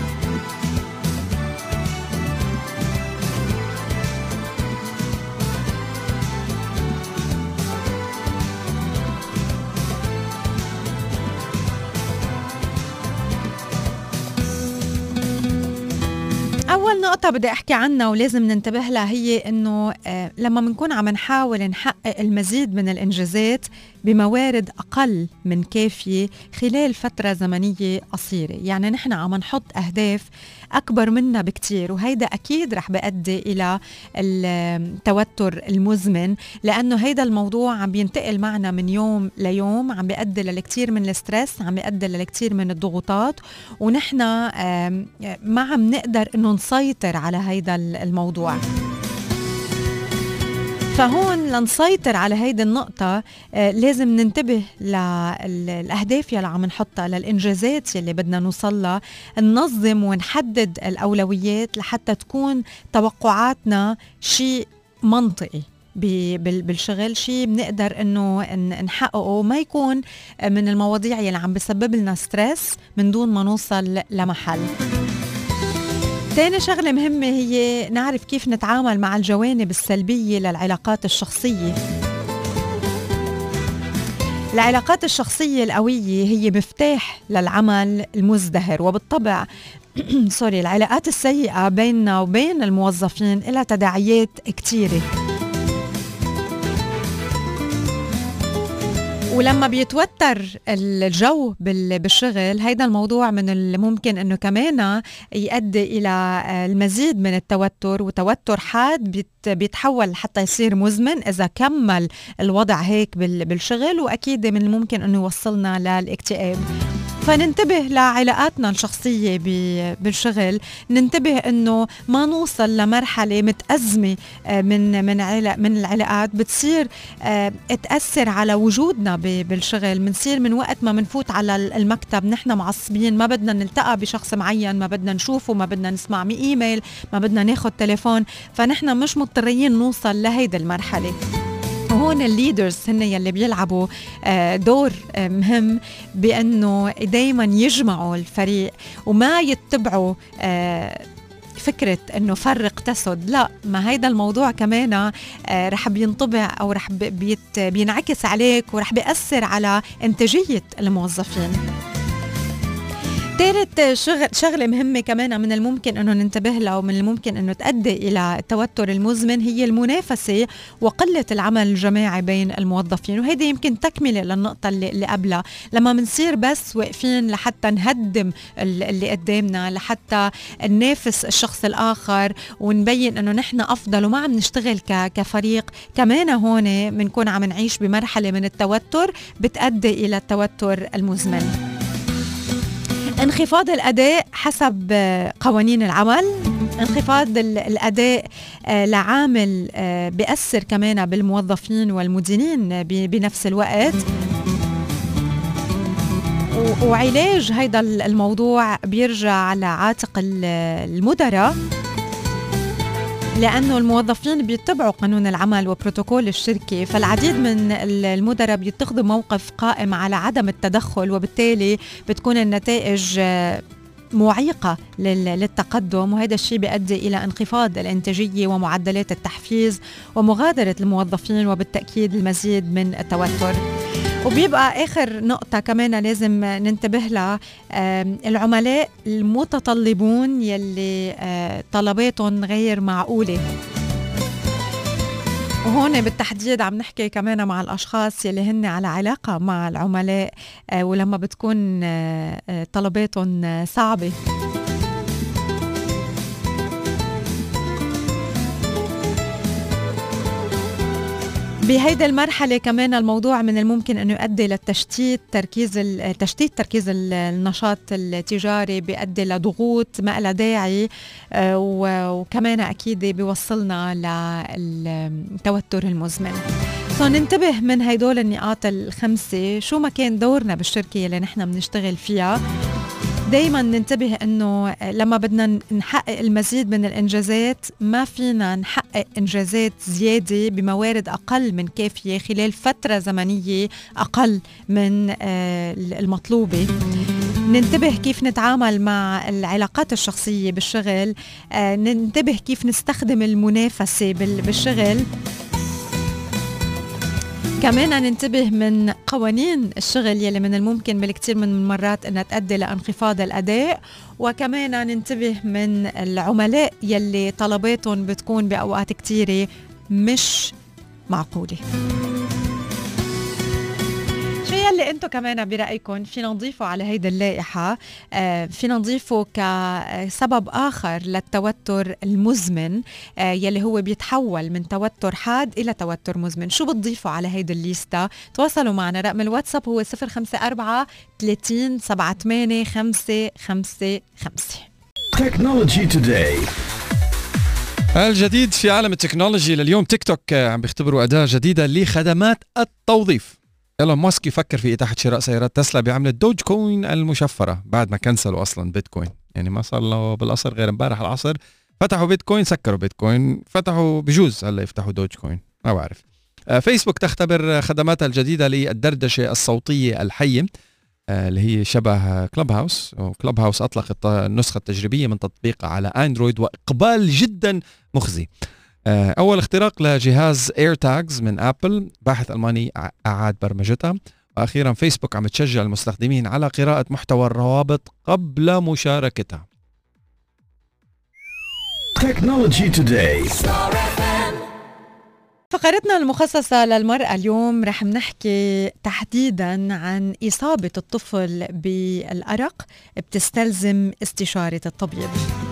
S1: أول نقطة بدي أحكي عنها ولازم ننتبه لها هي إنه آه لما منكون عم نحاول نحقق المزيد من الإنجازات بموارد أقل من كافية خلال فترة زمنية قصيرة، يعني نحن عم نحط أهداف أكبر منا بكتير، وهيدا أكيد رح بيؤدي إلى التوتر المزمن، لأنه هيدا الموضوع عم بينتقل معنا من يوم ليوم، عم بيؤدي للكتير من الستريس، عم بيؤدي للكتير من الضغوطات، ونحن ما عم نقدر إنه نسيطر على هيدا الموضوع. فهون لنسيطر على هيدي النقطة آه لازم ننتبه للأهداف يلي عم نحطها، للإنجازات يلي بدنا نوصلها، ننظم ونحدد الأولويات لحتى تكون توقعاتنا شيء منطقي بالشغل، شيء بنقدر انه نحققه، ما يكون من المواضيع يلي عم بسبب لنا ستريس من دون ما نوصل لمحل. تاني شغلة مهمة هي نعرف كيف نتعامل مع الجوانب السلبية للعلاقات الشخصية. العلاقات الشخصية القوية هي مفتاح للعمل المزدهر، وبالطبع سوري العلاقات السيئة بيننا وبين الموظفين لها تداعيات كتيرة، ولما بيتوتر الجو بالشغل هيدا الموضوع من الممكن انه كمان يؤدي الى المزيد من التوتر، وتوتر حاد بيتحول حتى يصير مزمن اذا كمل الوضع هيك بالشغل، واكيد من الممكن انه يوصلنا للاكتئاب. فننتبه لعلاقاتنا الشخصية بالشغل، ننتبه انه ما نوصل لمرحلة متأزمة من من من العلاقات بتصير تأثر على وجودنا بالشغل. منصير من وقت ما منفوت على المكتب نحن معصبين، ما بدنا نلتقى بشخص معين، ما بدنا نشوفه، ما بدنا نسمع من ايميل، ما بدنا ناخد تليفون، فنحن مش مضطرين نوصل لهيدا المرحلة. وهون الليدرز هن يلي بيلعبوا دور مهم بأنه دايما يجمعوا الفريق وما يتبعوا فكرة أنه فرق تسد، لا، ما هيدا الموضوع كمان رح بينطبع أو رح بيت بينعكس عليك ورح بيأثر على إنتاجية الموظفين. ثالث شغل شغلة مهمة كمان من الممكن أنه ننتبه لها ومن الممكن أنه تؤدي إلى التوتر المزمن هي المنافسة وقلة العمل الجماعي بين الموظفين، وهيدي يمكن تكملة للنقطة اللي, اللي قبلها. لما منصير بس واقفين لحتى نهدم اللي قدامنا، لحتى ننافس الشخص الآخر ونبين أنه نحن أفضل وما عم نشتغل كفريق، كمان هون منكون عم نعيش بمرحلة من التوتر بتؤدي إلى التوتر المزمن. انخفاض الأداء حسب قوانين العمل، انخفاض الأداء لعامل بيأثر كمان بالموظفين والمديرين بنفس الوقت. وعلاج هيدا الموضوع بيرجع على عاتق المدراء، لأنه الموظفين بيتبعوا قانون العمل وبروتوكول الشركة، فالعديد من المدراء بيتخذوا موقف قائم على عدم التدخل، وبالتالي بتكون النتائج معيقة للتقدم، وهذا الشيء بيؤدي إلى انخفاض الإنتاجية ومعدلات التحفيز ومغادرة الموظفين، وبالتأكيد المزيد من التوتر. وبيبقى آخر نقطة كمان لازم ننتبه لها، العملاء المتطلبون يلي طلباتهم غير معقولة، وهون بالتحديد عم نحكي كمان مع الأشخاص يلي هن على علاقة مع العملاء، ولما بتكون طلباتهم صعبة. بهيدا المرحلة كمان الموضوع من الممكن أنه يؤدي للتشتيت تركيز تشتيت تركيز النشاط التجاري، بيؤدي لضغوط ما لها داعي، وكمان أكيد بيوصلنا للتوتر المزمن. فننتبه من هيدول النقاط الخمسة، شو ما كان دورنا بالشركة اللي نحن بنشتغل فيها. دايما ننتبه انه لما بدنا نحقق المزيد من الانجازات ما فينا نحقق انجازات زياده بموارد اقل من كافيه خلال فتره زمنيه اقل من المطلوبه. ننتبه كيف نتعامل مع العلاقات الشخصيه بالشغل، ننتبه كيف نستخدم المنافسه بالشغل. كمان ننتبه من قوانين الشغل يلي من الممكن بالكثير من المرات أنها تؤدي لانخفاض الأداء، وكمان ننتبه من العملاء يلي طلباتهم بتكون بأوقات كتيرة مش معقولة. اللي انتو كمان برأيكم فينا نضيفه على هيدا اللائحة، آه فينا نضيفه كسبب آخر للتوتر المزمن، آه يلي هو بيتحول من توتر حاد إلى توتر مزمن. شو بتضيفوا على هيدا الليستة؟ تواصلوا معنا، رقم الواتساب هو صفر خمسة أربعة ثلاثين سبعة ثمانية خمسة خمسة خمسة.
S4: تكنولوجي توداي.
S2: الجديد في عالم التكنولوجي لليوم، تيك توك عم بيختبروا أداة جديدة لخدمات التوظيف. إيلون ماسك يفكر في إتاحة شراء سيارات تسلا بعملة دوج كوين المشفرة بعد ما كنسلوا أصلا بيتكوين. يعني ما صار له بالأصل غير امبارح العصر فتحوا بيتكوين، سكروا بيتكوين، فتحوا بجوز هلا يفتحوا دوج كوين، ما بعرف. فيسبوك تختبر خدماتها الجديدة للدردشة الصوتية الحية اللي هي شبه كلوب هاوس. وكلوب هاوس أطلقت النسخة التجريبية من تطبيقها على أندرويد وإقبال جدا مخزي. أول اختراق لجهاز AirTags من أبل، باحث ألماني أعاد برمجتها. وأخيرا فيسبوك عم تشجع المستخدمين على قراءة محتوى الروابط قبل مشاركتها.
S4: تكنولوجي توداي.
S1: فقرتنا المخصصة للمرأة اليوم رح نحكي تحديدا عن إصابة الطفل بالأرق بتستلزم استشارة الطبيب.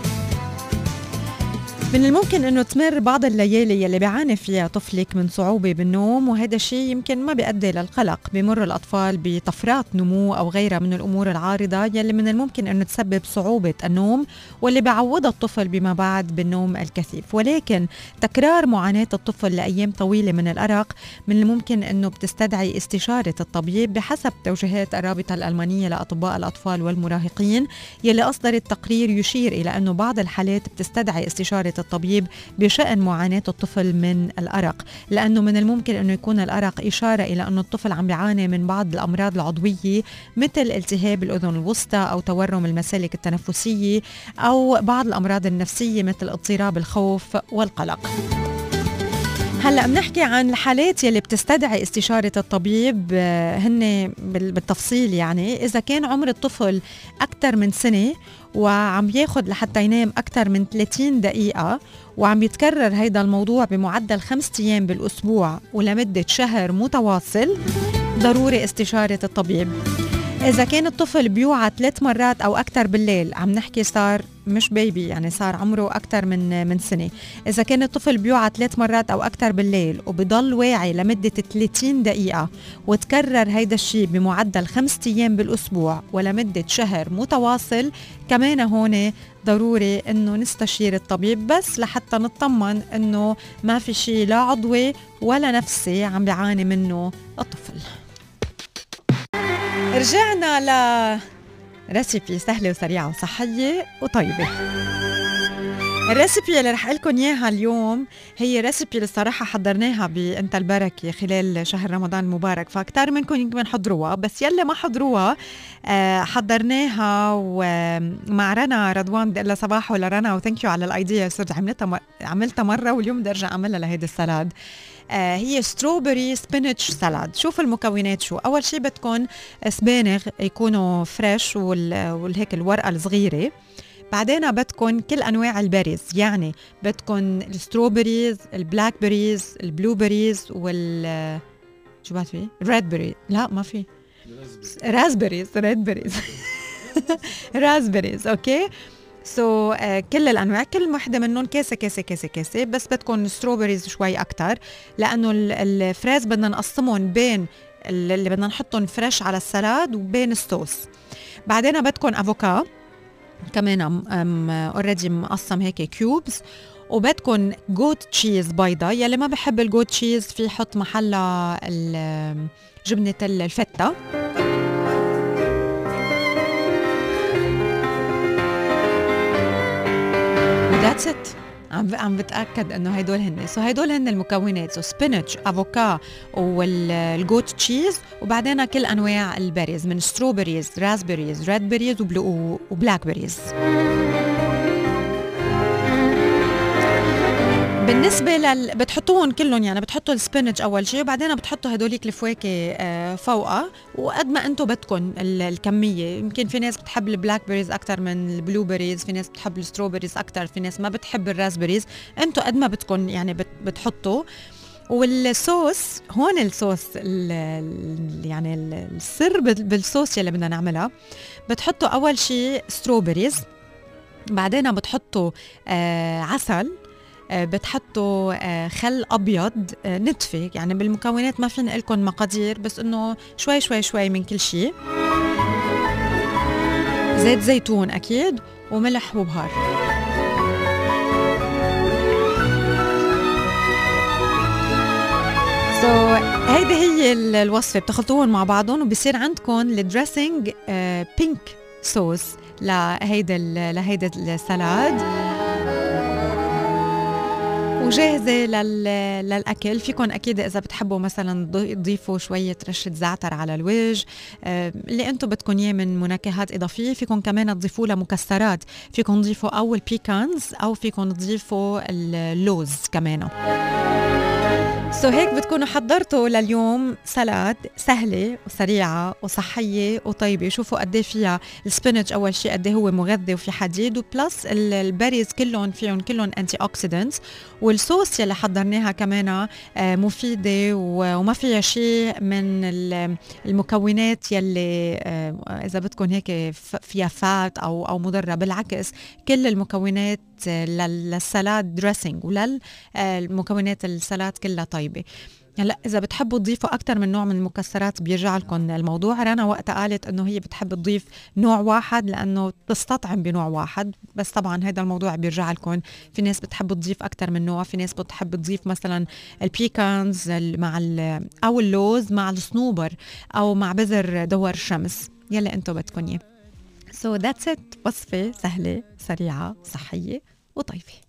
S1: من الممكن أنه تمر بعض الليالي يلي بيعاني فيها طفلك من صعوبة بالنوم، وهذا الشيء يمكن ما بيؤدي للقلق. بمر الأطفال بطفرات نمو أو غيرها من الأمور العارضة يلي من الممكن أنه تسبب صعوبة النوم، واللي بيعوض الطفل بما بعد بالنوم الكثيف. ولكن تكرار معاناة الطفل لأيام طويلة من الأرق من الممكن أنه بتستدعي استشارة الطبيب بحسب توجيهات الرابطة الألمانية لأطباء الأطفال والمراهقين، يلي أصدرت تقرير يشير إلى أنه بعض الحالات بتستدعي استشارة الطبيب بشأن معاناة الطفل من الأرق، لأنه من الممكن أنه يكون الأرق إشارة إلى أن الطفل عم بيعاني من بعض الأمراض العضوية مثل التهاب الأذن الوسطى أو تورم المسالك التنفسية أو بعض الأمراض النفسية مثل اضطراب الخوف والقلق. هلأ بنحكي عن الحالات يلي بتستدعي استشارة الطبيب، هن بالتفصيل. يعني إذا كان عمر الطفل أكثر من سنة وعم ياخد لحتى ينام أكثر من ثلاثين دقيقة، وعم يتكرر هيدا الموضوع بمعدل خمسة أيام بالأسبوع ولمدة شهر متواصل، ضروري استشارة الطبيب. إذا كان الطفل بيوعى ثلاث مرات أو أكثر بالليل، عم نحكي صار مش بيبي، يعني صار عمره أكثر من من سنة. إذا كان الطفل بيوعى ثلاث مرات أو أكثر بالليل وبضل واعي لمدة ثلاثين دقيقة وتكرر هيدا الشيء بمعدل خمسة أيام بالأسبوع ولمدة شهر متواصل، كمان هون ضروري إنه نستشير الطبيب بس لحتى نطمن إنه ما في شيء لا عضوي ولا نفسي عم بيعاني منه الطفل. رجعنا ل ريسيبي سهلة وسريعة وصحية وطيبة. الريسيبي اللي رح لكم اياها اليوم هي ريسيبي الصراحة حضرناها بأنت البركة خلال شهر رمضان المبارك، فاكتار منكم يمكن حضروها، بس يلي ما حضروها حضرناها ومع رنا رضوان. بدي لها صباح ولا رنا وثانك يو على الايديا، صرت عملتها عملتها مرة واليوم بدي ارجع اعملها لهيدا السلاد. آه هي ستروبري سبينتش سالاد. شوف المكونات شو. اول شيء بدكم سبانغ يكونوا فريش والهيك الورقه الصغيره. بعدين بدكم كل انواع البيريز، يعني بدكم الستروبريز، البلاك بيريز، البلو بيريز وال شو بعد في ريد بيري، لا ما في رازبيريز ريد بيريز رازبيريز. اوكي سو so, uh, كل الانواع، كل وحده منهم كاسه كاسه كاسه كاسه، بس بدكم ستروبريز شوي اكتر لانه الفريز بدنا نقسمهم بين اللي بدنا نحطهم فريش على السلاد وبين الصوص. بعدين بدكم افوكا كمان اوريدي مقسم هيك كيوبز، وبدكم جوت تشيز بيضه. يلي ما بحب الجوت تشيز في حط محلها جبنه الفته. That's it. عم عم بتأكد انه هيدول هن سو هيدول هن المكونات. سو سبينتش، افوكا والجوت تشيز، وبعدين كل انواع البيريز من ستروبريز، رازبيريز، ريد بيريز وبلو وبلاك بيريز. بالنسبة لل بتحطوهم كلهم، يعني بتحطوا السبينج أول شيء وبعدين بتحطوا هدوليك الفواكه فوقها، وقد ما أنتم بدكم الكمية. يمكن في ناس بتحب البلاك بيريز أكتر من البلو بيريز، في ناس بتحب الستروبريز أكتر، في ناس ما بتحب الرازبيريز. أنتم قد ما بدكم يعني بتحطوا. والصوص هون الصوص يعني السر بالصوص يلي بدنا نعملها، بتحطوا أول شيء ستروبريز، بعدين بتحطوا آه عسل، بتحطوا خل أبيض نتفة. يعني بالمكونات ما فينا لكم مقادير، بس إنه شوي شوي شوي من كل شيء. زيت زيتون أكيد، وملح وبهار. سو so, هيدي هي الوصفة. بتخلطوهم مع بعضهم وبصير عندكم الدريسنج بينك صوص لهيدا لهيدا السلاد، وجاهزة لل... للأكل. فيكن أكيد إذا بتحبوا مثلا تضيفوا شوية رشة زعتر على الوجه، اللي أنتم بدكم إياه من منكهات إضافية. فيكن كمان تضيفوا له مكسرات، فيكن تضيفوا أو البيكانز أو فيكن تضيفوا اللوز كمان. سو so هيك بتكونوا حضرتوا لليوم سلاد سهلة وسريعة وصحية وطيبة. شوفوا قد ايه فيها السبينج أول شيء، قد ايه هو مغذي وفي حديد، وبلس البيريز كلهم فيهم كلهم أنتي أوكسيدنتس، والصوص يلي حضرناها كمان مفيدة وما فيها شيء من المكونات يلي إذا بدكم هيك فيها فات أو أو مضرة. بالعكس كل المكونات للسلاد دريسنج وللمكونات السلاد كلها طيبة. هلا إذا بتحبوا تضيفوا أكتر من نوع من المكسرات بيرجع لكم الموضوع. رنا وقتها قالت إنه هي بتحب تضيف نوع واحد لأنه تستطعم بنوع واحد، بس طبعا هذا الموضوع بيرجع لكم. في ناس بتحب تضيف أكتر من نوع، في ناس بتحب تضيف مثلا البيكانز مع أو اللوز مع الصنوبر أو مع بذر دوار الشمس، يلي أنتوا بدكم إياه. So that's it. وصفة سهلة سريعة صحية وطيبة.